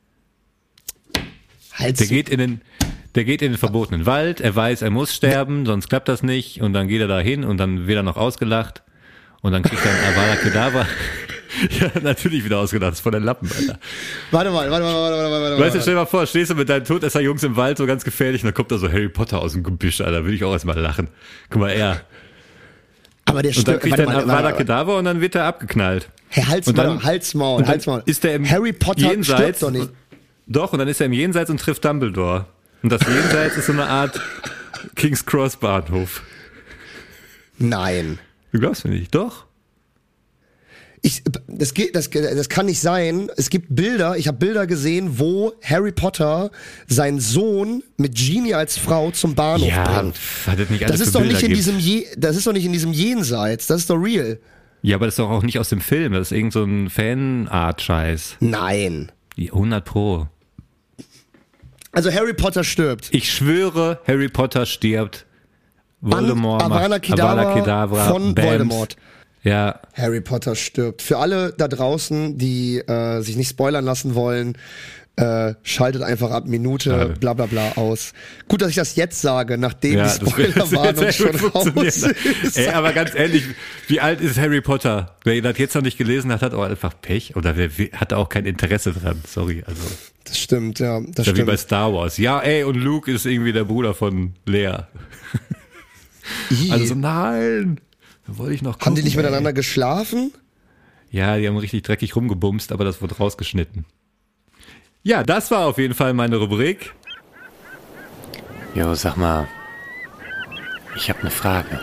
Halt Der geht in den, der geht in den verbotenen Wald, er weiß, er muss sterben, sonst klappt das nicht und dann geht er da hin und dann wird er noch ausgelacht und dann kriegt er ein Avada Kedavra. Ja, natürlich wieder ausgelacht, das ist von den Lappen, Alter. Warte mal, warte mal, warte mal, warte mal. Weißt du, stell dir mal vor, stehst du mit deinen Todesser-Jungs im Wald, so ganz gefährlich, und dann kommt da so Harry Potter aus dem Gebüsch, Alter, würde ich auch erstmal lachen. Guck mal, er. Aber der Und dann stirbt. kriegt Warte er ein mal, Avada warte mal. Kedavra und dann wird er abgeknallt. Hey, Hals, Und dann- warte mal, Halsmaul, und dann Halsmaul. ist der im Harry Potter Jenseits- stirbt doch nicht. Doch, und dann ist er im Jenseits und trifft Dumbledore. Und das Jenseits ist so eine Art King's Cross Bahnhof. Nein. Du glaubst mir nicht? Doch. Ich, das, geht, das, das kann nicht sein. Es gibt Bilder, ich habe Bilder gesehen, wo Harry Potter seinen Sohn mit Ginny als Frau zum Bahnhof Ja, bringt. hat es nicht alles Das ist für doch Bilder nicht in gibt. diesem Je, das ist doch nicht in diesem Jenseits, das ist doch real. Ja, aber das ist doch auch nicht aus dem Film. Das ist irgend so ein Fanart-Scheiß. Nein. hundert Pro. Also Harry Potter stirbt. Ich schwöre, Harry Potter stirbt. Voldemort An macht Avada Kedavra Avada Kedavra von Bams. Voldemort. Ja, Harry Potter stirbt. Für alle da draußen, die äh, sich nicht spoilern lassen wollen, äh, schaltet einfach ab Minute Schade. bla bla bla aus. Gut, dass ich das jetzt sage, nachdem ja, die das wird Spoilerwarnung sehr schon gut raus funktionieren. ist. Ey, aber ganz ehrlich, wie alt ist Harry Potter? Wer das jetzt noch nicht gelesen hat, hat auch einfach Pech oder wer hat auch kein Interesse dran. Sorry, also. Das stimmt, ja. Das Ja, wie bei stimmt. Star Wars. Ja, ey, und Luke ist irgendwie der Bruder von Lea. Ih. Also nein, da wollte ich noch gucken. Haben die nicht ey. miteinander geschlafen? Ja, die haben richtig dreckig rumgebumst, aber das wurde rausgeschnitten. Ja, das war auf jeden Fall meine Rubrik. Jo, sag mal, ich habe eine Frage.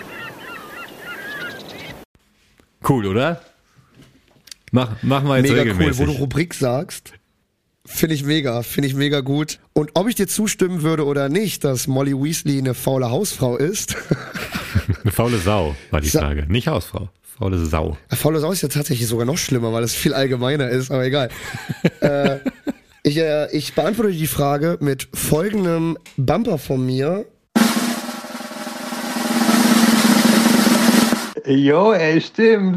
Cool, oder? Mach, machen wir jetzt Mega regelmäßig. cool, wo du Rubrik sagst. Finde ich mega, finde ich mega gut. Und ob ich dir zustimmen würde oder nicht, dass Molly Weasley eine faule Hausfrau ist. Eine faule Sau war die Sa- Frage. Nicht Hausfrau. Faule Sau. Faule Sau ist ja tatsächlich sogar noch schlimmer, weil es viel allgemeiner ist, aber egal. äh, ich, äh, ich beantworte die Frage mit folgendem Bumper von mir. Jo, ey, stimmt.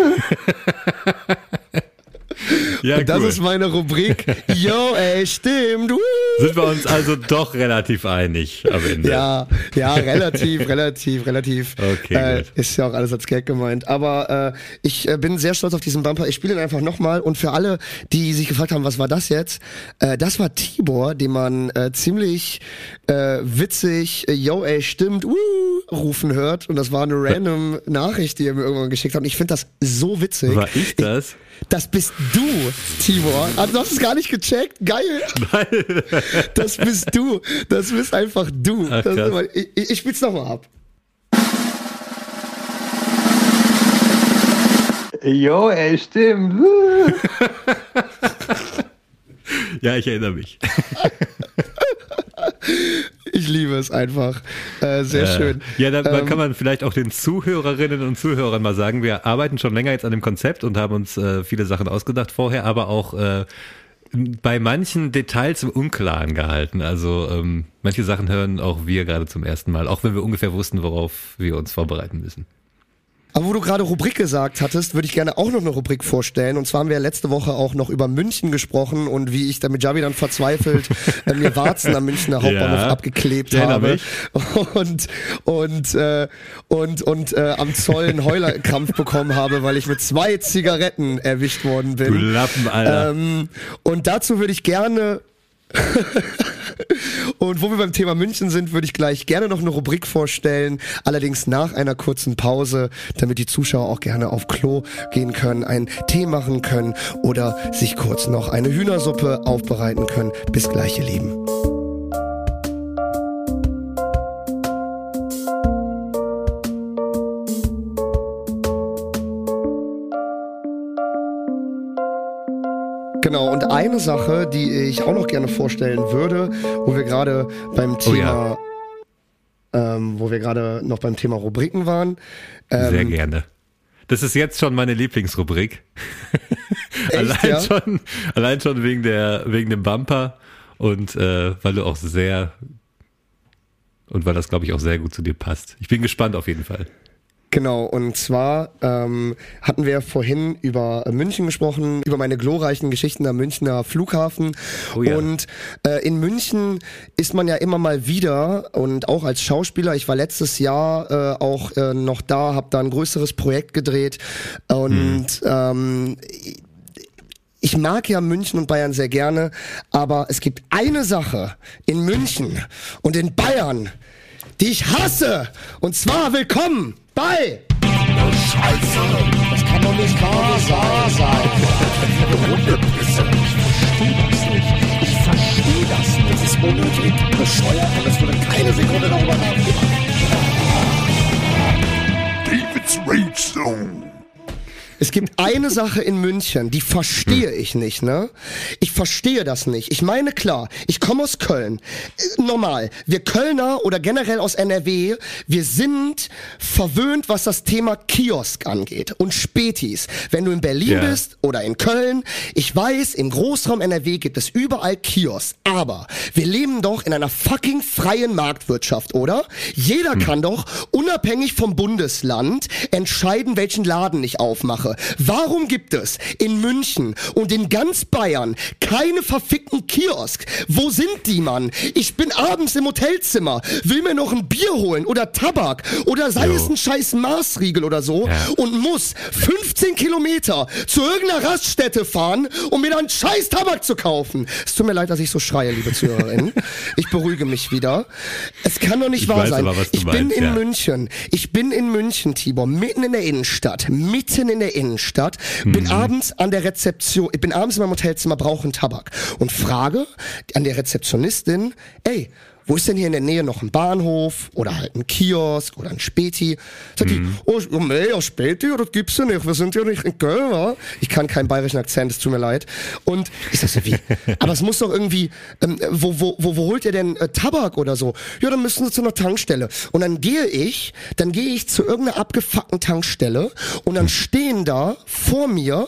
Ja, Und das cool. ist meine Rubrik. Yo, ey, stimmt. Woo. Sind wir uns also doch relativ einig am Ende. Ja, ja, relativ, relativ, relativ. Okay, äh, gut. ist ja auch alles als Gag gemeint. Aber äh, ich äh, bin sehr stolz auf diesen Bumper. Ich spiele ihn einfach nochmal. Und für alle, die sich gefragt haben, was war das jetzt? Äh, das war Tibor, den man äh, ziemlich äh, witzig, äh, yo, ey, stimmt, uh, rufen hört. Und das war eine random Nachricht, die er mir irgendwann geschickt hat. Und ich finde das so witzig. War ich das? Das bist du, Tibor. Also, du hast es gar nicht gecheckt. Geil. Nein. Das bist du. Das bist einfach du. Ach, Das ist krass. immer, ich, ich, ich spiel's nochmal ab. Jo, ey, stimmt. Ja, ich erinnere mich. Ich liebe es einfach. Äh, sehr Äh, schön. Ja, dann Ähm, kann man vielleicht auch den Zuhörerinnen und Zuhörern mal sagen, wir arbeiten schon länger jetzt an dem Konzept und haben uns äh, viele Sachen ausgedacht vorher, aber auch äh, bei manchen Details im Unklaren gehalten. Also ähm, manche Sachen hören auch wir gerade zum ersten Mal, auch wenn wir ungefähr wussten, worauf wir uns vorbereiten müssen. Aber wo du gerade Rubrik gesagt hattest, würde ich gerne auch noch eine Rubrik vorstellen. Und zwar haben wir ja letzte Woche auch noch über München gesprochen und wie ich da mit Javi dann verzweifelt äh, mir Warzen am Münchner Hauptbahnhof Ja, abgeklebt ich erinnere habe. mich. Und, und, äh, und, und äh, am Zoll einen Heulerkrampf bekommen habe, weil ich mit zwei Zigaretten erwischt worden bin. Du Lappen, Alter. Ähm, und dazu würde ich gerne und wo wir beim Thema München sind, würde ich gleich gerne noch eine Rubrik vorstellen, allerdings nach einer kurzen Pause, damit die Zuschauer auch gerne auf Klo gehen können, einen Tee machen können oder sich kurz noch eine Hühnersuppe aufbereiten können. Bis gleich, ihr Lieben. Genau, und eine Sache, die ich auch noch gerne vorstellen würde, wo wir gerade beim Oh Thema, ähm, wo wir gerade noch beim Thema Rubriken waren. Ähm, Sehr gerne. Das ist jetzt schon meine Lieblingsrubrik. allein ja? schon, allein schon wegen der, wegen dem Bumper und äh, weil du auch sehr und weil das, glaube ich, auch sehr gut zu dir passt. Ich bin gespannt auf jeden Fall. Genau, und zwar ähm, hatten wir vorhin über München gesprochen, über meine glorreichen Geschichten am Münchner Flughafen. Oh ja. Und äh, in München ist man ja immer mal wieder und auch als Schauspieler, ich war letztes Jahr äh, auch äh, noch da, habe da ein größeres Projekt gedreht und ähm, ich mag ja München und Bayern sehr gerne, aber es gibt eine Sache in München und in Bayern, die ich hasse. Und zwar willkommen bei... Scheiße, das kann doch nicht wahr sein. Ich verstehe das nicht. Ich unnötig, bescheuert und es wurde keine Sekunde darüber nachgedacht. David's Rage Zone. Es gibt eine Sache in München, die verstehe ich nicht, ne? Ich verstehe das nicht. Ich meine, klar, ich komme aus Köln. Äh, normal. Wir Kölner oder generell aus N R W, wir sind verwöhnt, was das Thema Kiosk angeht und Spätis. Wenn du in Berlin Ja. bist oder in Köln, ich weiß, im Großraum N R W gibt es überall Kiosk. Aber wir leben doch in einer fucking freien Marktwirtschaft, oder? Jeder kann doch unabhängig vom Bundesland entscheiden, welchen Laden ich aufmache. Warum gibt es in München und in ganz Bayern keine verfickten Kiosk? Wo sind die, Mann? Ich bin abends im Hotelzimmer, will mir noch ein Bier holen oder Tabak oder sei Jo. es ein scheiß Maßriegel oder so Ja. und muss fünfzehn Kilometer zu irgendeiner Raststätte fahren, um mir dann scheiß Tabak zu kaufen. Es tut mir leid, dass ich so schreie, liebe Zuhörerinnen. Ich beruhige mich wieder. Es kann doch nicht Ich wahr weiß sein. aber, was du Ich bin meinst, in ja. München. Ich bin in München, Tibor, mitten in der Innenstadt, mitten in der Innenstadt, bin Mhm. abends an der Rezeption, ich bin abends in meinem Hotelzimmer, brauche einen Tabak und frage an der Rezeptionistin, ey, wo ist denn hier in der Nähe noch ein Bahnhof oder halt ein Kiosk oder ein Späti? Sagt Mhm. die, oh, oh nee, ja, Späti, das gibt's ja nicht, wir sind ja nicht in Köln, wa? Ich kann keinen bayerischen Akzent, es tut mir leid. Und ich sag so, wie? Aber es muss doch irgendwie, ähm, wo, wo, wo, wo holt ihr denn äh, Tabak oder so? Ja, dann müssen sie zu einer Tankstelle. Und dann gehe ich, dann gehe ich zu irgendeiner abgefuckten Tankstelle und dann stehen da vor mir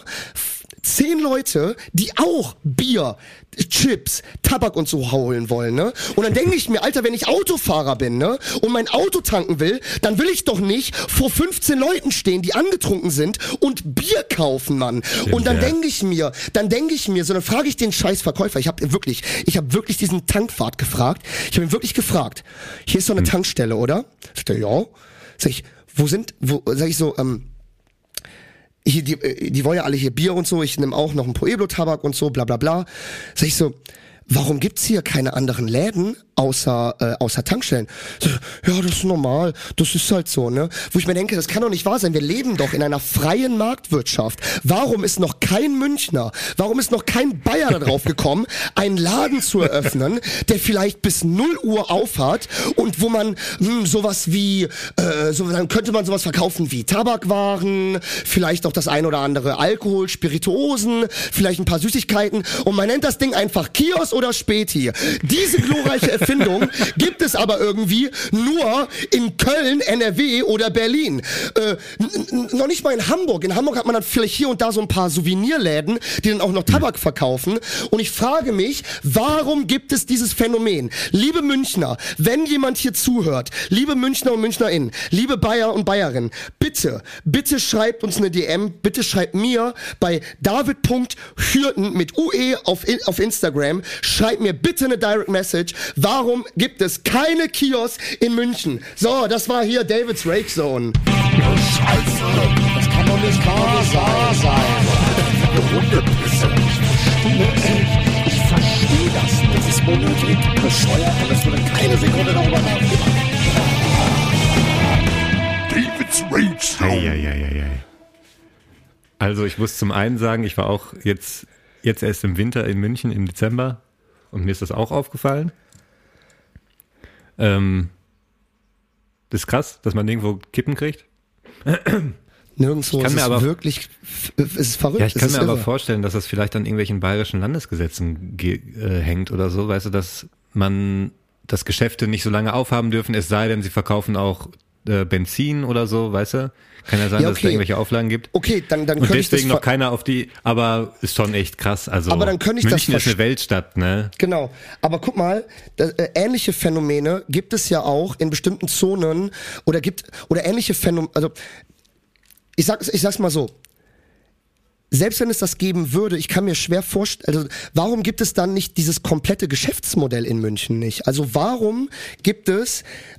zehn Leute, die auch Bier, Chips, Tabak und so holen wollen, ne? Und dann denke ich mir, Alter, wenn ich Autofahrer bin, ne? Und mein Auto tanken will, dann will ich doch nicht vor fünfzehn Leuten stehen, die angetrunken sind und Bier kaufen, Mann. Und dann ja. denke ich mir, dann denke ich mir, so dann frage ich den scheiß Verkäufer, ich habe wirklich, ich habe wirklich diesen Tankwart gefragt, ich habe ihn wirklich gefragt, hier ist so eine Hm. Tankstelle, oder? Sagt er, ja. Sag ich, wo sind, wo, sag ich so, ähm, hier, die, die wollen ja alle hier Bier und so, ich nehme auch noch einen Pueblo-Tabak und so, bla bla bla. Sag ich so, warum gibt's hier keine anderen Läden außer äh, außer Tankstellen? So, ja, das ist normal, das ist halt so, ne? Wo ich mir denke, das kann doch nicht wahr sein, wir leben doch in einer freien Marktwirtschaft. Warum ist noch kein Münchner, warum ist noch kein Bayer da drauf gekommen, einen Laden zu eröffnen, der vielleicht bis null Uhr aufhat und wo man hm, sowas wie, äh, so, dann könnte man sowas verkaufen wie Tabakwaren, vielleicht auch das ein oder andere Alkohol, Spirituosen, vielleicht ein paar Süßigkeiten und man nennt das Ding einfach Kiosk oder Späti. Diese glorreiche Erfindung gibt es aber irgendwie nur in Köln, N R W oder Berlin. Äh, n- n- noch nicht mal in Hamburg. In Hamburg hat man dann vielleicht hier und da so ein paar Souvenirläden, die dann auch noch Tabak verkaufen. Und ich frage mich, warum gibt es dieses Phänomen? Liebe Münchner, wenn jemand hier zuhört, liebe Münchner und Münchnerinnen, liebe Bayer und Bayerinnen, bitte, bitte schreibt uns eine D M, bitte schreibt mir bei david punkt hürten mit U E auf, auf Instagram, schreibt mir bitte eine Direct Message. Warum gibt es keine Kiosk in München? So, das war hier David's Rage Zone. Scheiße, das kann doch nicht wahr sein. Hundepisse. Ich verstehe das nicht. Das ist unnötig, bescheuert und es wurde keine Sekunde darüber nachgedacht. David's Rage Zone. Eieieiei. Also ich muss zum einen sagen, ich war auch jetzt, jetzt erst im Winter in München im Dezember und mir ist das auch aufgefallen. Ähm, das ist krass, dass man irgendwo Kippen kriegt. Nirgendwo Ich kann ist mir es aber- wirklich, es ist verrückt. Ja, ich es kann ist mir aber irre. vorstellen, dass das vielleicht an irgendwelchen bayerischen Landesgesetzen ge- äh, hängt oder so, weißt du, dass man, dass Geschäfte nicht so lange aufhaben dürfen, es sei denn, sie verkaufen auch äh, Benzin oder so, weißt du? Kann ja sein, Ja, dass es da okay. irgendwelche Auflagen gibt. Okay, dann, dann Und könnte ich das deswegen noch ver- keiner auf die, aber ist schon echt krass. Also Aber dann könnte ich das München ist verst- eine Weltstadt, ne? Genau, aber guck mal, da, äh, ähnliche Phänomene gibt es ja auch in bestimmten Zonen oder gibt oder ähnliche Phänomene, also ich sag's, ich sag's mal so. Selbst wenn es das geben würde, ich kann mir schwer vorstellen, also warum gibt es dann nicht dieses komplette Geschäftsmodell in München nicht? Also warum gibt es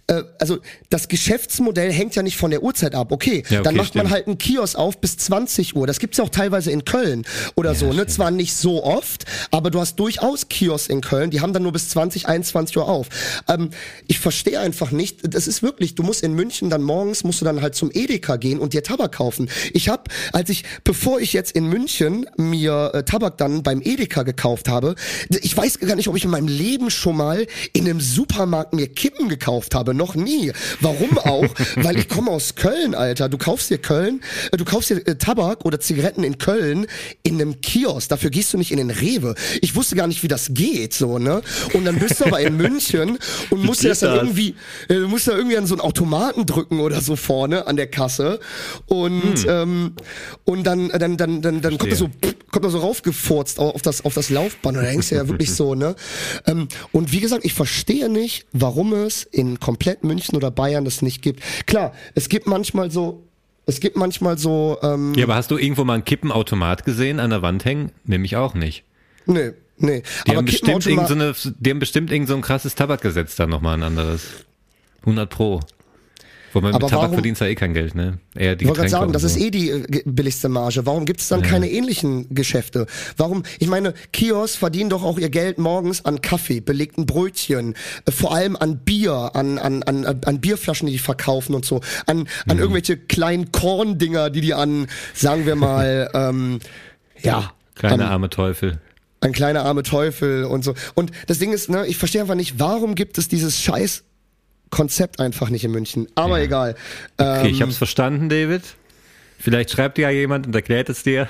äh, also das Geschäftsmodell hängt ja nicht von der Uhrzeit ab. Okay, Ja, okay, dann macht man stimmt. halt einen Kiosk auf bis zwanzig Uhr. Das gibt's ja auch teilweise in Köln oder Ja, so. Ne? stimmt. Zwar nicht so oft, aber du hast durchaus Kiosks in Köln, die haben dann nur bis zwanzig, einundzwanzig Uhr auf. Ähm, ich verstehe einfach nicht, das ist wirklich, du musst in München dann morgens, musst du dann halt zum Edeka gehen und dir Tabak kaufen. Ich habe, als ich, bevor ich jetzt in München mir äh, Tabak dann beim Edeka gekauft habe, ich weiß gar nicht, ob ich in meinem Leben schon mal in einem Supermarkt mir Kippen gekauft habe, noch nie. Warum auch? Weil ich komme aus Köln, Alter. Du kaufst dir Köln, äh, du kaufst dir äh, Tabak oder Zigaretten in Köln in einem Kiosk. Dafür gehst du nicht in den Rewe. Ich wusste gar nicht, wie das geht, so, ne? Und dann bist du aber in München und musst dir das geht dann das? irgendwie, äh, du musst da irgendwie an so einen Automaten drücken oder so vorne an der Kasse und Hm. ähm, und dann dann dann dann dann kommt da so kommt da so raufgefurzt auf das auf das Laufband und da denkst du ja wirklich so, ne? Ähm, und wie gesagt, ich verstehe nicht, warum es in komplett München oder Bayern das nicht gibt. Klar, es gibt manchmal so es gibt manchmal so ähm, Ja, aber hast du irgendwo mal einen Kippenautomat gesehen an der Wand hängen? Nämlich auch nicht. nee, nee, Die aber haben bestimmt irgend Kippenautomat- so eine, die haben bestimmt irgend so ein krasses Tabakgesetz dann nochmal ein anderes. hundert Pro. Wobei mit Aber Tabak warum- verdienst du ja eh kein Geld, ne? Eher die Ich wollte gerade Getränke sagen, und das so. ist eh die äh, ge- billigste Marge. Warum gibt es dann keine ähnlichen Geschäfte? Warum? Ich meine, Kiosks verdienen doch auch ihr Geld morgens an Kaffee, belegten Brötchen, äh, vor allem an Bier, an an an an Bierflaschen, die die verkaufen und so, an Mhm. an irgendwelche kleinen Korndinger, die die an, sagen wir mal, ähm, ja, Kleine an, arme Teufel. ein kleiner arme Teufel und so. Und das Ding ist, ne, ich verstehe einfach nicht, warum gibt es dieses Scheiß Konzept einfach nicht in München. Aber Ja. egal. Okay, ich Ähm, hab's verstanden, David. Vielleicht schreibt dir ja jemand und erklärt es dir.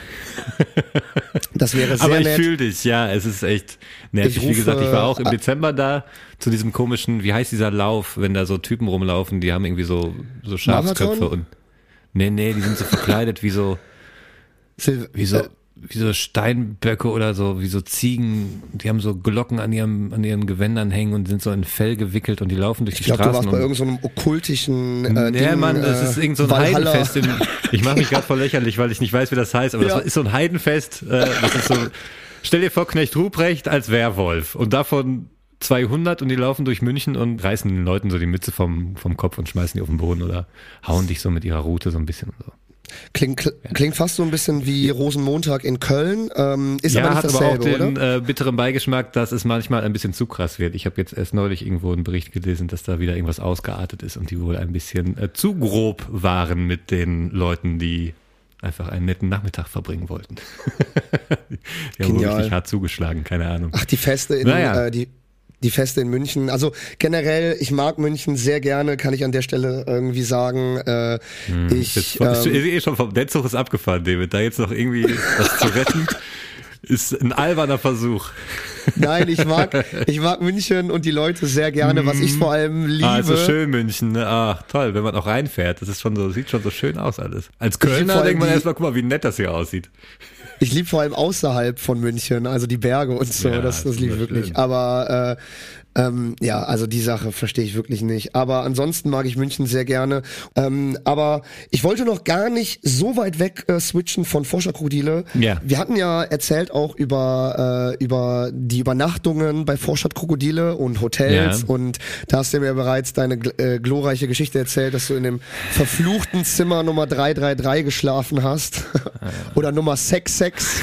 das wäre sehr Aber ich nett. fühle dich, ja, es ist echt nervig. Ich Wie gesagt, rufe- ich war auch im Dezember da zu diesem komischen, wie heißt dieser Lauf, wenn da so Typen rumlaufen, die haben irgendwie so, so Schafsköpfe Marathon? und. Nee, nee, die sind so verkleidet wie so, Sil- wie so, äh, wie so Steinböcke oder so, wie so Ziegen, die haben so Glocken an ihrem, an ihren Gewändern hängen und sind so in Fell gewickelt und die laufen durch Ich die glaube, du Straßen. warst bei und- irgendeinem so okkultischen äh, Nee, Ding, Mann, das äh, ist irgend so ein Valhalla. Heidenfest. In, ich mache mich gerade voll lächerlich, weil ich nicht weiß, wie das heißt, aber Ja. das ist so ein Heidenfest. Äh, das ist so, stell dir vor, Knecht Ruprecht als Werwolf und davon zweihundert und die laufen durch München und reißen den Leuten so die Mütze vom, vom Kopf und schmeißen die auf den Boden oder hauen dich so mit ihrer Rute so ein bisschen und so. Klingt, kl- klingt fast so ein bisschen wie Rosenmontag in Köln. Ähm, ist Ja, aber nicht hat aber auch dasselbe, den oder? äh, bitteren Beigeschmack, dass es manchmal ein bisschen zu krass wird. Ich habe jetzt erst neulich irgendwo einen Bericht gelesen, dass da wieder irgendwas ausgeartet ist und die wohl ein bisschen äh, zu grob waren mit den Leuten, die einfach einen netten Nachmittag verbringen wollten. Die haben wohl Genial. richtig hart zugeschlagen, keine Ahnung. Ach, die Feste in Naja. äh, die die Feste in München. Also generell, ich mag München sehr gerne, kann ich an der Stelle irgendwie sagen. Äh, ich Jetzt von, ist ähm, eh schon vom Netzzug ist abgefahren, David. Da jetzt noch irgendwie was zu retten, ist ein alberner Versuch. nein, ich mag ich mag München und die Leute sehr gerne. Was ich vor allem liebe. Ah, ist so schön München, ne? Ach, toll, wenn man auch reinfährt. Das ist schon so, sieht schon so schön aus alles. Als liebe Kölner vor allem denkt man die- erstmal, guck mal, wie nett das hier aussieht. Ich liebe vor allem außerhalb von München, also die Berge und so, Ja, das, das ist liebe ich wunderschön. wirklich. Aber äh, ähm, ja, also die Sache verstehe ich wirklich nicht. Aber ansonsten mag ich München sehr gerne. Ähm, aber ich wollte noch gar nicht so weit weg äh, switchen von Vorstadtkrokodile. Ja. Wir hatten ja erzählt auch über äh, über die Übernachtungen bei Vorstadtkrokodile und Hotels Ja. und da hast du mir bereits deine gl- äh, glorreiche Geschichte erzählt, dass du in dem verfluchten Zimmer Nummer drei drei drei geschlafen hast. Oder Nummer sechs sechs.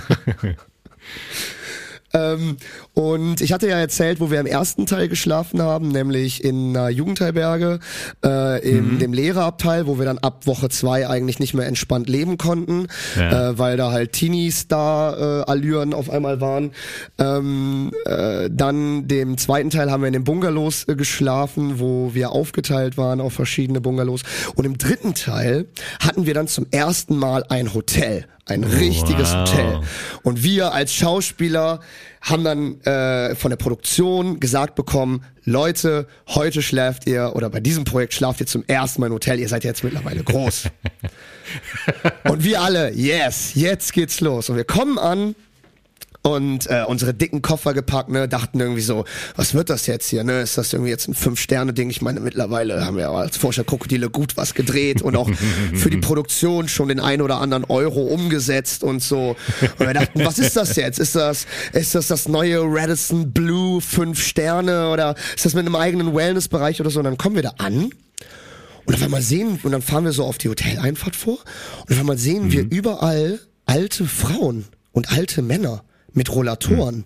ähm, und ich hatte ja erzählt, wo wir im ersten Teil geschlafen haben, nämlich in einer Jugendherberge, äh, in Mhm. dem Lehrerabteil, wo wir dann ab Woche zwei eigentlich nicht mehr entspannt leben konnten, Ja. äh, weil da halt Teenies da äh, Allüren auf einmal waren. Ähm, äh, dann dem zweiten Teil haben wir in den Bungalows äh, geschlafen, wo wir aufgeteilt waren auf verschiedene Bungalows. Und im dritten Teil hatten wir dann zum ersten Mal ein Hotel. Ein richtiges Wow. Hotel. Und wir als Schauspieler haben dann äh, von der Produktion gesagt bekommen, Leute, heute schläft ihr, oder bei diesem Projekt schlaft ihr zum ersten Mal im Hotel, ihr seid jetzt mittlerweile groß. Und wir alle, yes, jetzt geht's los. Und wir kommen an und äh, unsere dicken Koffer gepackt, ne, dachten irgendwie so, was wird das jetzt hier, ne? Ist das irgendwie jetzt ein Fünf-Sterne-Ding? Ich meine, mittlerweile haben wir aber als Vorstadtkrokodile gut was gedreht und auch für die Produktion schon den ein oder anderen Euro umgesetzt und so. Und wir dachten, was ist das jetzt? Ist das, ist das das neue Radisson Blue fünf Sterne oder ist das mit einem eigenen Wellnessbereich oder so? Und dann kommen wir da an. Und auf einmal sehen, und dann fahren wir so auf die Hoteleinfahrt vor, und auf einmal sehen mhm. wir überall alte Frauen und alte Männer mit Rollatoren. Mhm.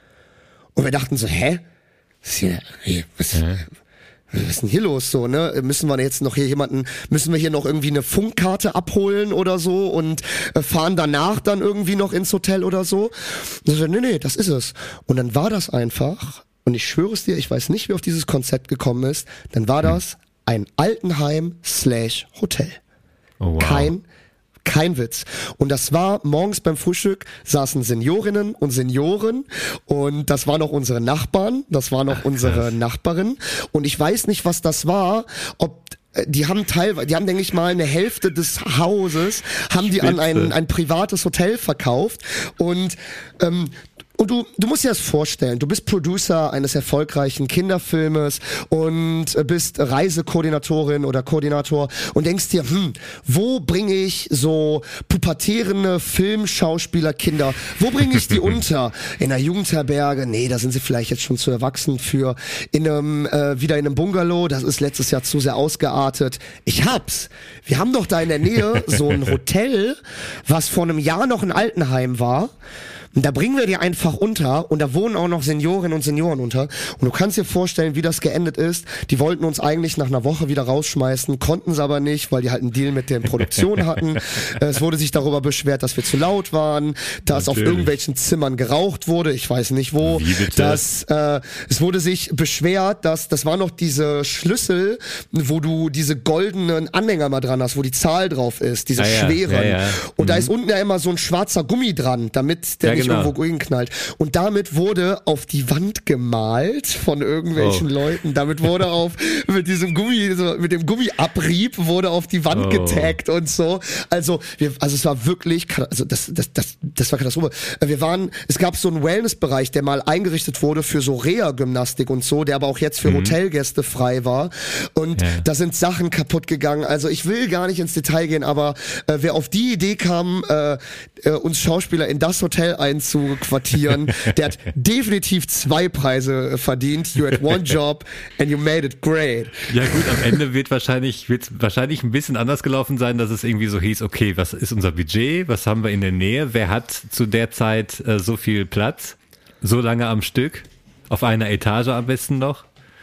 Und wir dachten so, hä? Was ist, hier, hier, was, ja. was ist denn hier los so, ne? Müssen wir jetzt noch hier jemanden, müssen wir hier noch irgendwie eine Funkkarte abholen oder so und äh, fahren danach dann irgendwie noch ins Hotel oder so? Und so, nee, nee, das ist es. Und dann war das einfach, und ich schwöre es dir, ich weiß nicht, wie auf dieses Konzept gekommen ist, dann war das mhm. ein Altenheim slash Hotel. Oh, wow. Kein, kein Witz. Und das war morgens beim Frühstück, saßen Seniorinnen und Senioren und das waren noch unsere Nachbarn, das war noch Ach, unsere Nachbarin und ich weiß nicht, was das war, ob die haben teilweise, die haben, denke ich mal, eine Hälfte des Hauses, haben die an ein, ein privates Hotel verkauft und ähm, Und du, du musst dir das vorstellen, du bist Producer eines erfolgreichen Kinderfilmes und bist Reisekoordinatorin oder Koordinator und denkst dir, hm, wo bringe ich so pubertierende Filmschauspielerkinder, wo bringe ich die unter? In einer Jugendherberge? Nee, da sind sie vielleicht jetzt schon zu erwachsen für. In einem, äh, wieder in einem Bungalow, das ist letztes Jahr zu sehr ausgeartet. Ich hab's. Wir haben doch da in der Nähe so ein Hotel, was vor einem Jahr noch ein Altenheim war. Und da bringen wir die einfach unter und da wohnen auch noch Seniorinnen und Senioren unter. Und du kannst dir vorstellen, wie das geendet ist. Die wollten uns eigentlich nach einer Woche wieder rausschmeißen, konnten es aber nicht, weil die halt einen Deal mit der Produktion hatten. Es wurde sich darüber beschwert, dass wir zu laut waren, dass Natürlich. auf irgendwelchen Zimmern geraucht wurde, ich weiß nicht wo. Wie bitte? Dass, äh, es wurde sich beschwert, dass das war noch diese Schlüssel, wo du diese goldenen Anhänger mal dran hast, wo die Zahl drauf ist, diese ah, ja. schweren. Ja, ja. Und mhm. da ist unten ja immer so ein schwarzer Gummi dran, damit der ja, nicht genau. irgendwo gegenknallt. Und damit wurde auf die Wand gemalt von irgendwelchen oh. Leuten. Damit wurde auf, mit diesem Gummi, so, mit dem Gummiabrieb wurde auf die Wand oh. getaggt und so. Also, wir, also es war wirklich, also das, das, das, das war Katastrophe. Wir waren, es gab so einen Wellnessbereich, der mal eingerichtet wurde für so Reha-Gymnastik und so, der aber auch jetzt für mhm. Hotelgäste frei war. Und ja. da sind Sachen kaputt gegangen. Also ich will gar nicht ins Detail gehen, aber äh, wer auf die Idee kam, äh, äh, uns Schauspieler in das Hotel einzuquartieren, der hat definitiv zwei Preise verdient. You had one job and you made it great. Ja gut, am Ende wird wahrscheinlich wird's wahrscheinlich ein bisschen anders gelaufen sein, dass es irgendwie so hieß, okay, was ist unser Budget, was haben wir in der Nähe, wer hat zu der Zeit äh, so viel Platz, so lange am Stück, auf einer Etage am besten noch.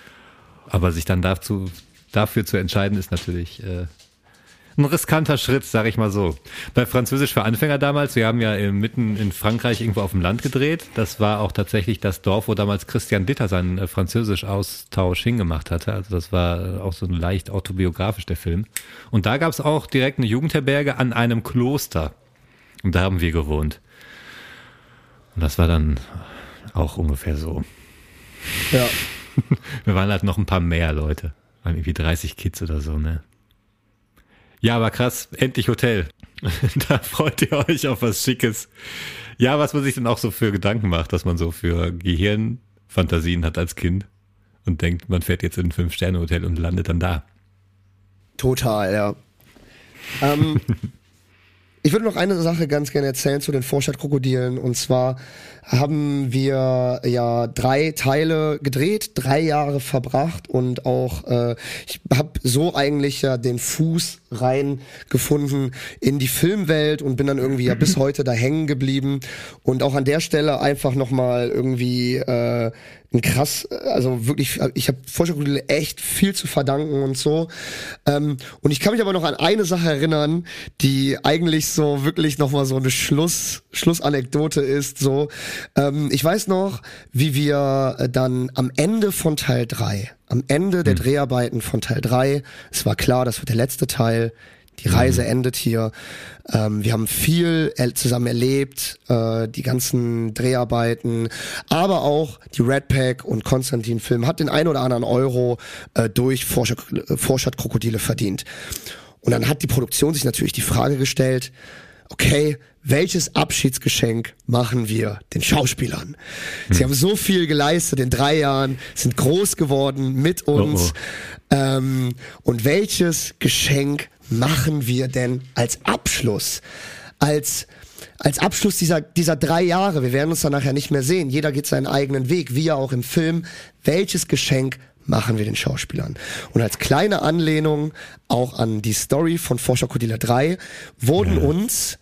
Aber sich dann dazu, dafür zu entscheiden, ist natürlich äh, ein riskanter Schritt, sag ich mal so. Bei Französisch für Anfänger damals, wir haben ja mitten in Frankreich irgendwo auf dem Land gedreht. Das war auch tatsächlich das Dorf, wo damals Christian Ditter seinen äh, Französisch-Austausch hingemacht hatte. Also das war äh, auch so leicht autobiografisch, der Film. Und da gab es auch direkt eine Jugendherberge an einem Kloster. Und da haben wir gewohnt. Und das war dann auch ungefähr so. Ja. Wir waren halt noch ein paar mehr Leute. Waren irgendwie dreißig Kids oder so, ne? Ja, aber krass, endlich Hotel. Da freut ihr euch auf was Schickes. Ja, was man sich dann auch so für Gedanken macht, dass man so für Gehirnfantasien hat als Kind und denkt, man fährt jetzt in ein Fünf-Sterne-Hotel und landet dann da. Total, ja. ähm, ich würde noch eine Sache ganz gerne erzählen zu den Vorstadtkrokodilen. Und zwar haben wir ja drei Teile gedreht, drei Jahre verbracht und auch äh, ich habe so eigentlich ja den Fuß rein gefunden in die Filmwelt und bin dann irgendwie ja bis heute da hängen geblieben. Und auch an der Stelle einfach nochmal irgendwie äh, ein krass, also wirklich, ich habe Vorstadtkrokodile echt viel zu verdanken und so. Ähm, und ich kann mich aber noch an eine Sache erinnern, die eigentlich so wirklich nochmal so eine Schluss, Schlussanekdote ist. So, ähm, ich weiß noch, wie wir dann am Ende von Teil drei, am Ende der hm. Dreharbeiten von Teil drei, es war klar, das wird der letzte Teil. Die Reise mhm. endet hier. Ähm, wir haben viel er- zusammen erlebt, äh, die ganzen Dreharbeiten, aber auch die Red Pack und Konstantin-Film hat den ein oder anderen Euro äh, durch Vorstadt- Vorstadtkrokodile verdient. Und dann hat die Produktion sich natürlich die Frage gestellt, okay, welches Abschiedsgeschenk machen wir den Schauspielern? Sie Hm. haben so viel geleistet in drei Jahren, sind groß geworden mit uns. Oh, oh. Ähm, und welches Geschenk machen wir denn als Abschluss? Als Als Abschluss dieser, dieser drei Jahre, wir werden uns dann nachher nicht mehr sehen, jeder geht seinen eigenen Weg, wie ja auch im Film, welches Geschenk machen wir den Schauspielern? Und als kleine Anlehnung auch an die Story von Vorschau-Krokodile drei wurden Ja. uns,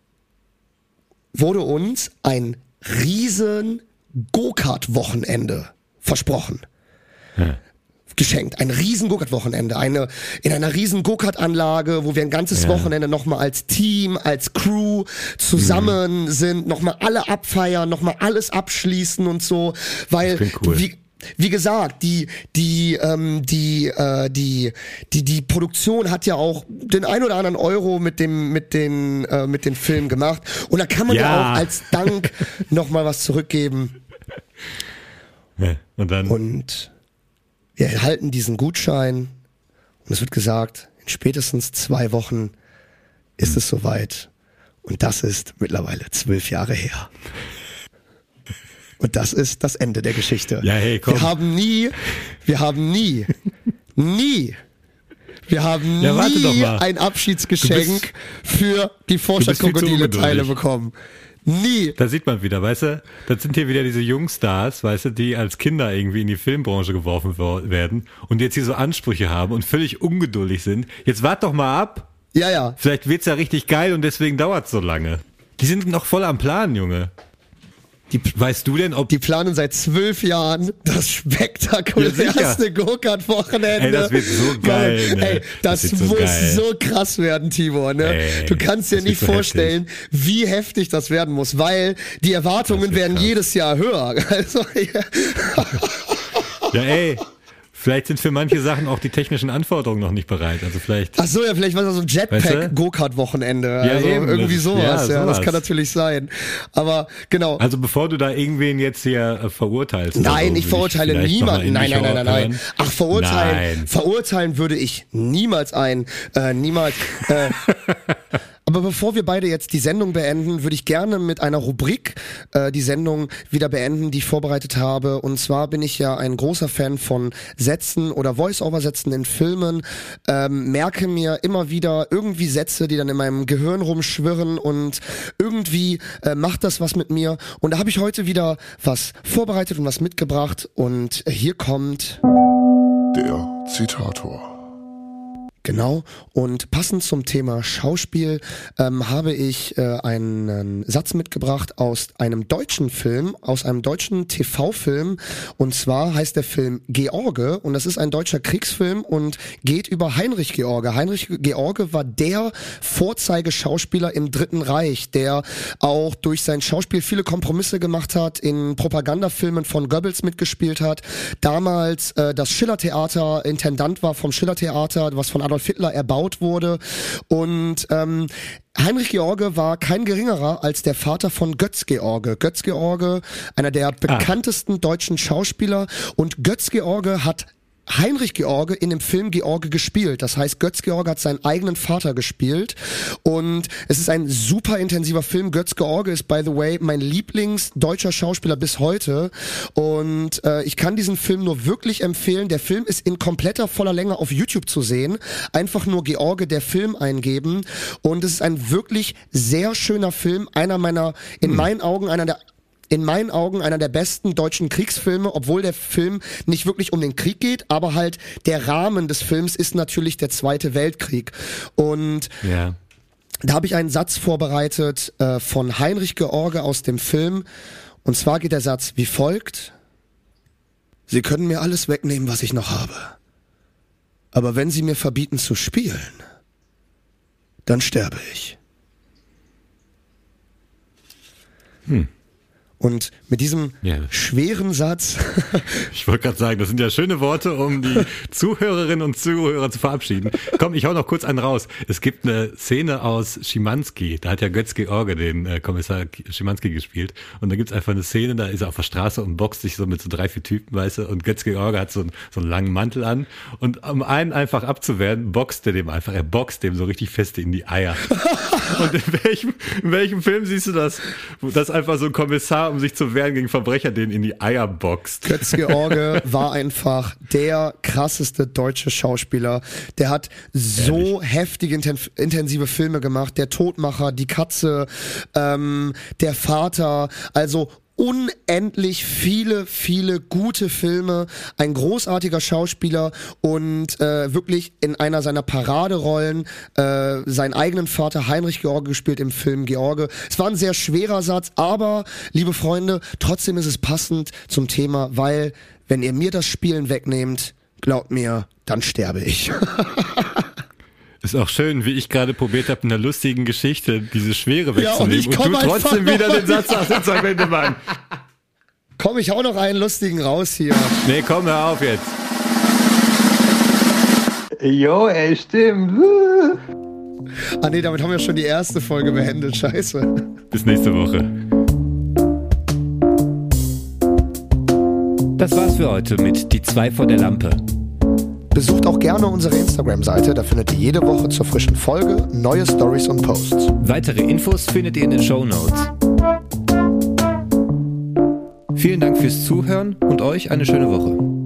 wurde uns ein riesen Go-Kart-Wochenende versprochen. Ja. Geschenkt. Ein riesen Go-Kart-Wochenende. Eine, in einer riesen Go-Kart-Anlage, wo wir ein ganzes Ja. Wochenende nochmal als Team, als Crew zusammen Mhm. sind, nochmal alle abfeiern, nochmal alles abschließen und so, weil, klingt cool. wie, wie gesagt, die, die, ähm, die, äh, die, die, die Produktion hat ja auch den ein oder anderen Euro mit dem, mit den, äh, mit den Filmen gemacht. Und da kann man ja, Ja. auch als Dank nochmal was zurückgeben. Ja. Und dann. Und wir erhalten diesen Gutschein und es wird gesagt, in spätestens zwei Wochen ist es soweit. Und das ist mittlerweile zwölf Jahre her. Und das ist das Ende der Geschichte. Ja, hey, komm. Wir haben nie, wir haben nie, nie, wir haben Ja, warte doch nie mal. ein Abschiedsgeschenk für die bist viel zu Vorstadt-Krokodile-Teile ungeduldig. bekommen. Nie. Da sieht man wieder, weißt du, das sind hier wieder diese Jungstars, weißt du, die als Kinder irgendwie in die Filmbranche geworfen wo- werden und jetzt hier so Ansprüche haben und völlig ungeduldig sind. Jetzt wart doch mal ab, Ja, ja. vielleicht wird's ja richtig geil und deswegen dauert's so lange. Die sind noch voll am Plan, Junge. Die, weißt du denn, ob... Die planen seit zwölf Jahren das spektakulärste Ja, Go-Kart-Wochenende. Ey, das wird so geil, ne? Ey, das, Das wird so muss geil. so krass werden, Tibor, ne? Ey, du kannst dir das nicht wird so vorstellen, wie heftig das werden muss, weil die Erwartungen Das wird werden krass. jedes Jahr höher. Also, ja. Ja, ey, vielleicht sind für manche Sachen auch die technischen Anforderungen noch nicht bereit. Also vielleicht... Ach so, ja, vielleicht war das so ein Weißt du? Jetpack-Go-Kart-Wochenende. Ja, also eben, irgendwie das- sowas, ja, ja, das sowas. kann natürlich sein. Aber genau. Also bevor du da irgendwen jetzt hier äh, verurteilst. oder Nein, so, ich würde verurteile vielleicht noch mal niemanden. in Nein, dich nein, nein, nein, nein. hören. Ach, verurteilen, Nein. verurteilen würde ich niemals ein, äh, niemals. Äh, aber bevor wir beide jetzt die Sendung beenden, würde ich gerne mit einer Rubrik äh, die Sendung wieder beenden, die ich vorbereitet habe. Und zwar bin ich ja ein großer Fan von Sätzen oder Voice-Over-Sätzen in Filmen. Ähm, merke mir immer wieder irgendwie Sätze, die dann in meinem Gehirn rumschwirren und irgendwie äh, macht das was mit mir. Und da habe ich heute wieder was vorbereitet und was mitgebracht. Und hier kommt... Der Zitator. Genau, und passend zum Thema Schauspiel ähm, habe ich äh, einen Satz mitgebracht aus einem deutschen Film, aus einem deutschen T V-Film, und zwar heißt der Film George, und das ist ein deutscher Kriegsfilm und geht über Heinrich George. Heinrich George war der Vorzeigeschauspieler im Dritten Reich, der auch durch sein Schauspiel viele Kompromisse gemacht hat, in Propagandafilmen von Goebbels mitgespielt hat, damals äh, das Schillertheater, Intendant war vom Schillertheater, was von Adolf Hitler erbaut wurde, und ähm, Heinrich George war kein geringerer als der Vater von Götz George. Götz George, einer der bekanntesten deutschen Schauspieler, und Götz George hat Heinrich George in dem Film George gespielt. Das heißt, Götz George hat seinen eigenen Vater gespielt, und es ist ein super intensiver Film. Götz George ist, by the way, mein Lieblingsdeutscher Schauspieler bis heute, und äh, ich kann diesen Film nur wirklich empfehlen. Der Film ist in kompletter voller Länge auf YouTube zu sehen. Einfach nur George, der Film, eingeben, und es ist ein wirklich sehr schöner Film. Einer meiner, in meinen Augen, einer der In meinen Augen einer der besten deutschen Kriegsfilme, obwohl der Film nicht wirklich um den Krieg geht, aber halt der Rahmen des Films ist natürlich der Zweite Weltkrieg. Und Ja. da habe ich einen Satz vorbereitet äh, von Heinrich George aus dem Film. Und zwar geht der Satz wie folgt: Sie können mir alles wegnehmen, was ich noch habe. Aber wenn Sie mir verbieten zu spielen, dann sterbe ich. Hm. Und mit diesem Ja. schweren Satz, Ich wollte gerade sagen, das sind ja schöne Worte, um die Zuhörerinnen und Zuhörer zu verabschieden. Komm, ich hau noch kurz einen raus. Es gibt eine Szene aus Schimanski, da hat ja Götz-George den äh, Kommissar Schimanski gespielt. Und da gibt's einfach eine Szene, da ist er auf der Straße und boxt sich so mit so drei, vier Typen, weißt du, und Götz-George hat so einen, so einen langen Mantel an. Und um einen einfach abzuwehren, boxt er dem einfach, er boxt dem so richtig fest in die Eier. Und in welchem, in welchem Film siehst du das? Dass einfach so ein Kommissar, um sich zu wehren gegen Verbrecher, den in die Eier boxt. Götz-George war einfach der krasseste deutsche Schauspieler. Der hat so Ehrlich? heftige, inten- intensive Filme gemacht. Der Todmacher, die Katze, ähm, der Vater, also unendlich viele, viele gute Filme, ein großartiger Schauspieler und äh, wirklich in einer seiner Paraderollen äh, seinen eigenen Vater Heinrich George gespielt im Film George. Es war ein sehr schwerer Satz, aber, liebe Freunde, trotzdem ist es passend zum Thema, weil, wenn ihr mir das Spielen wegnehmt, glaubt mir, dann sterbe ich. Ist auch schön, wie ich gerade probiert habe, in einer lustigen Geschichte diese Schwere Ja, und wegzunehmen ich und, komm du einfach trotzdem noch wieder mal- den Satz sagst, jetzt am Ende, Mann. Komm, ich hau noch einen lustigen raus hier. Nee, komm, hör auf jetzt. Jo, ey, stimmt. Ah nee, damit haben wir schon die erste Folge beendet, scheiße. Bis nächste Woche. Das war's für heute mit Die zwei vor der Lampe. Besucht auch gerne unsere Instagram-Seite, da findet ihr jede Woche zur frischen Folge neue Stories und Posts. Weitere Infos findet ihr in den Shownotes. Vielen Dank fürs Zuhören und euch eine schöne Woche.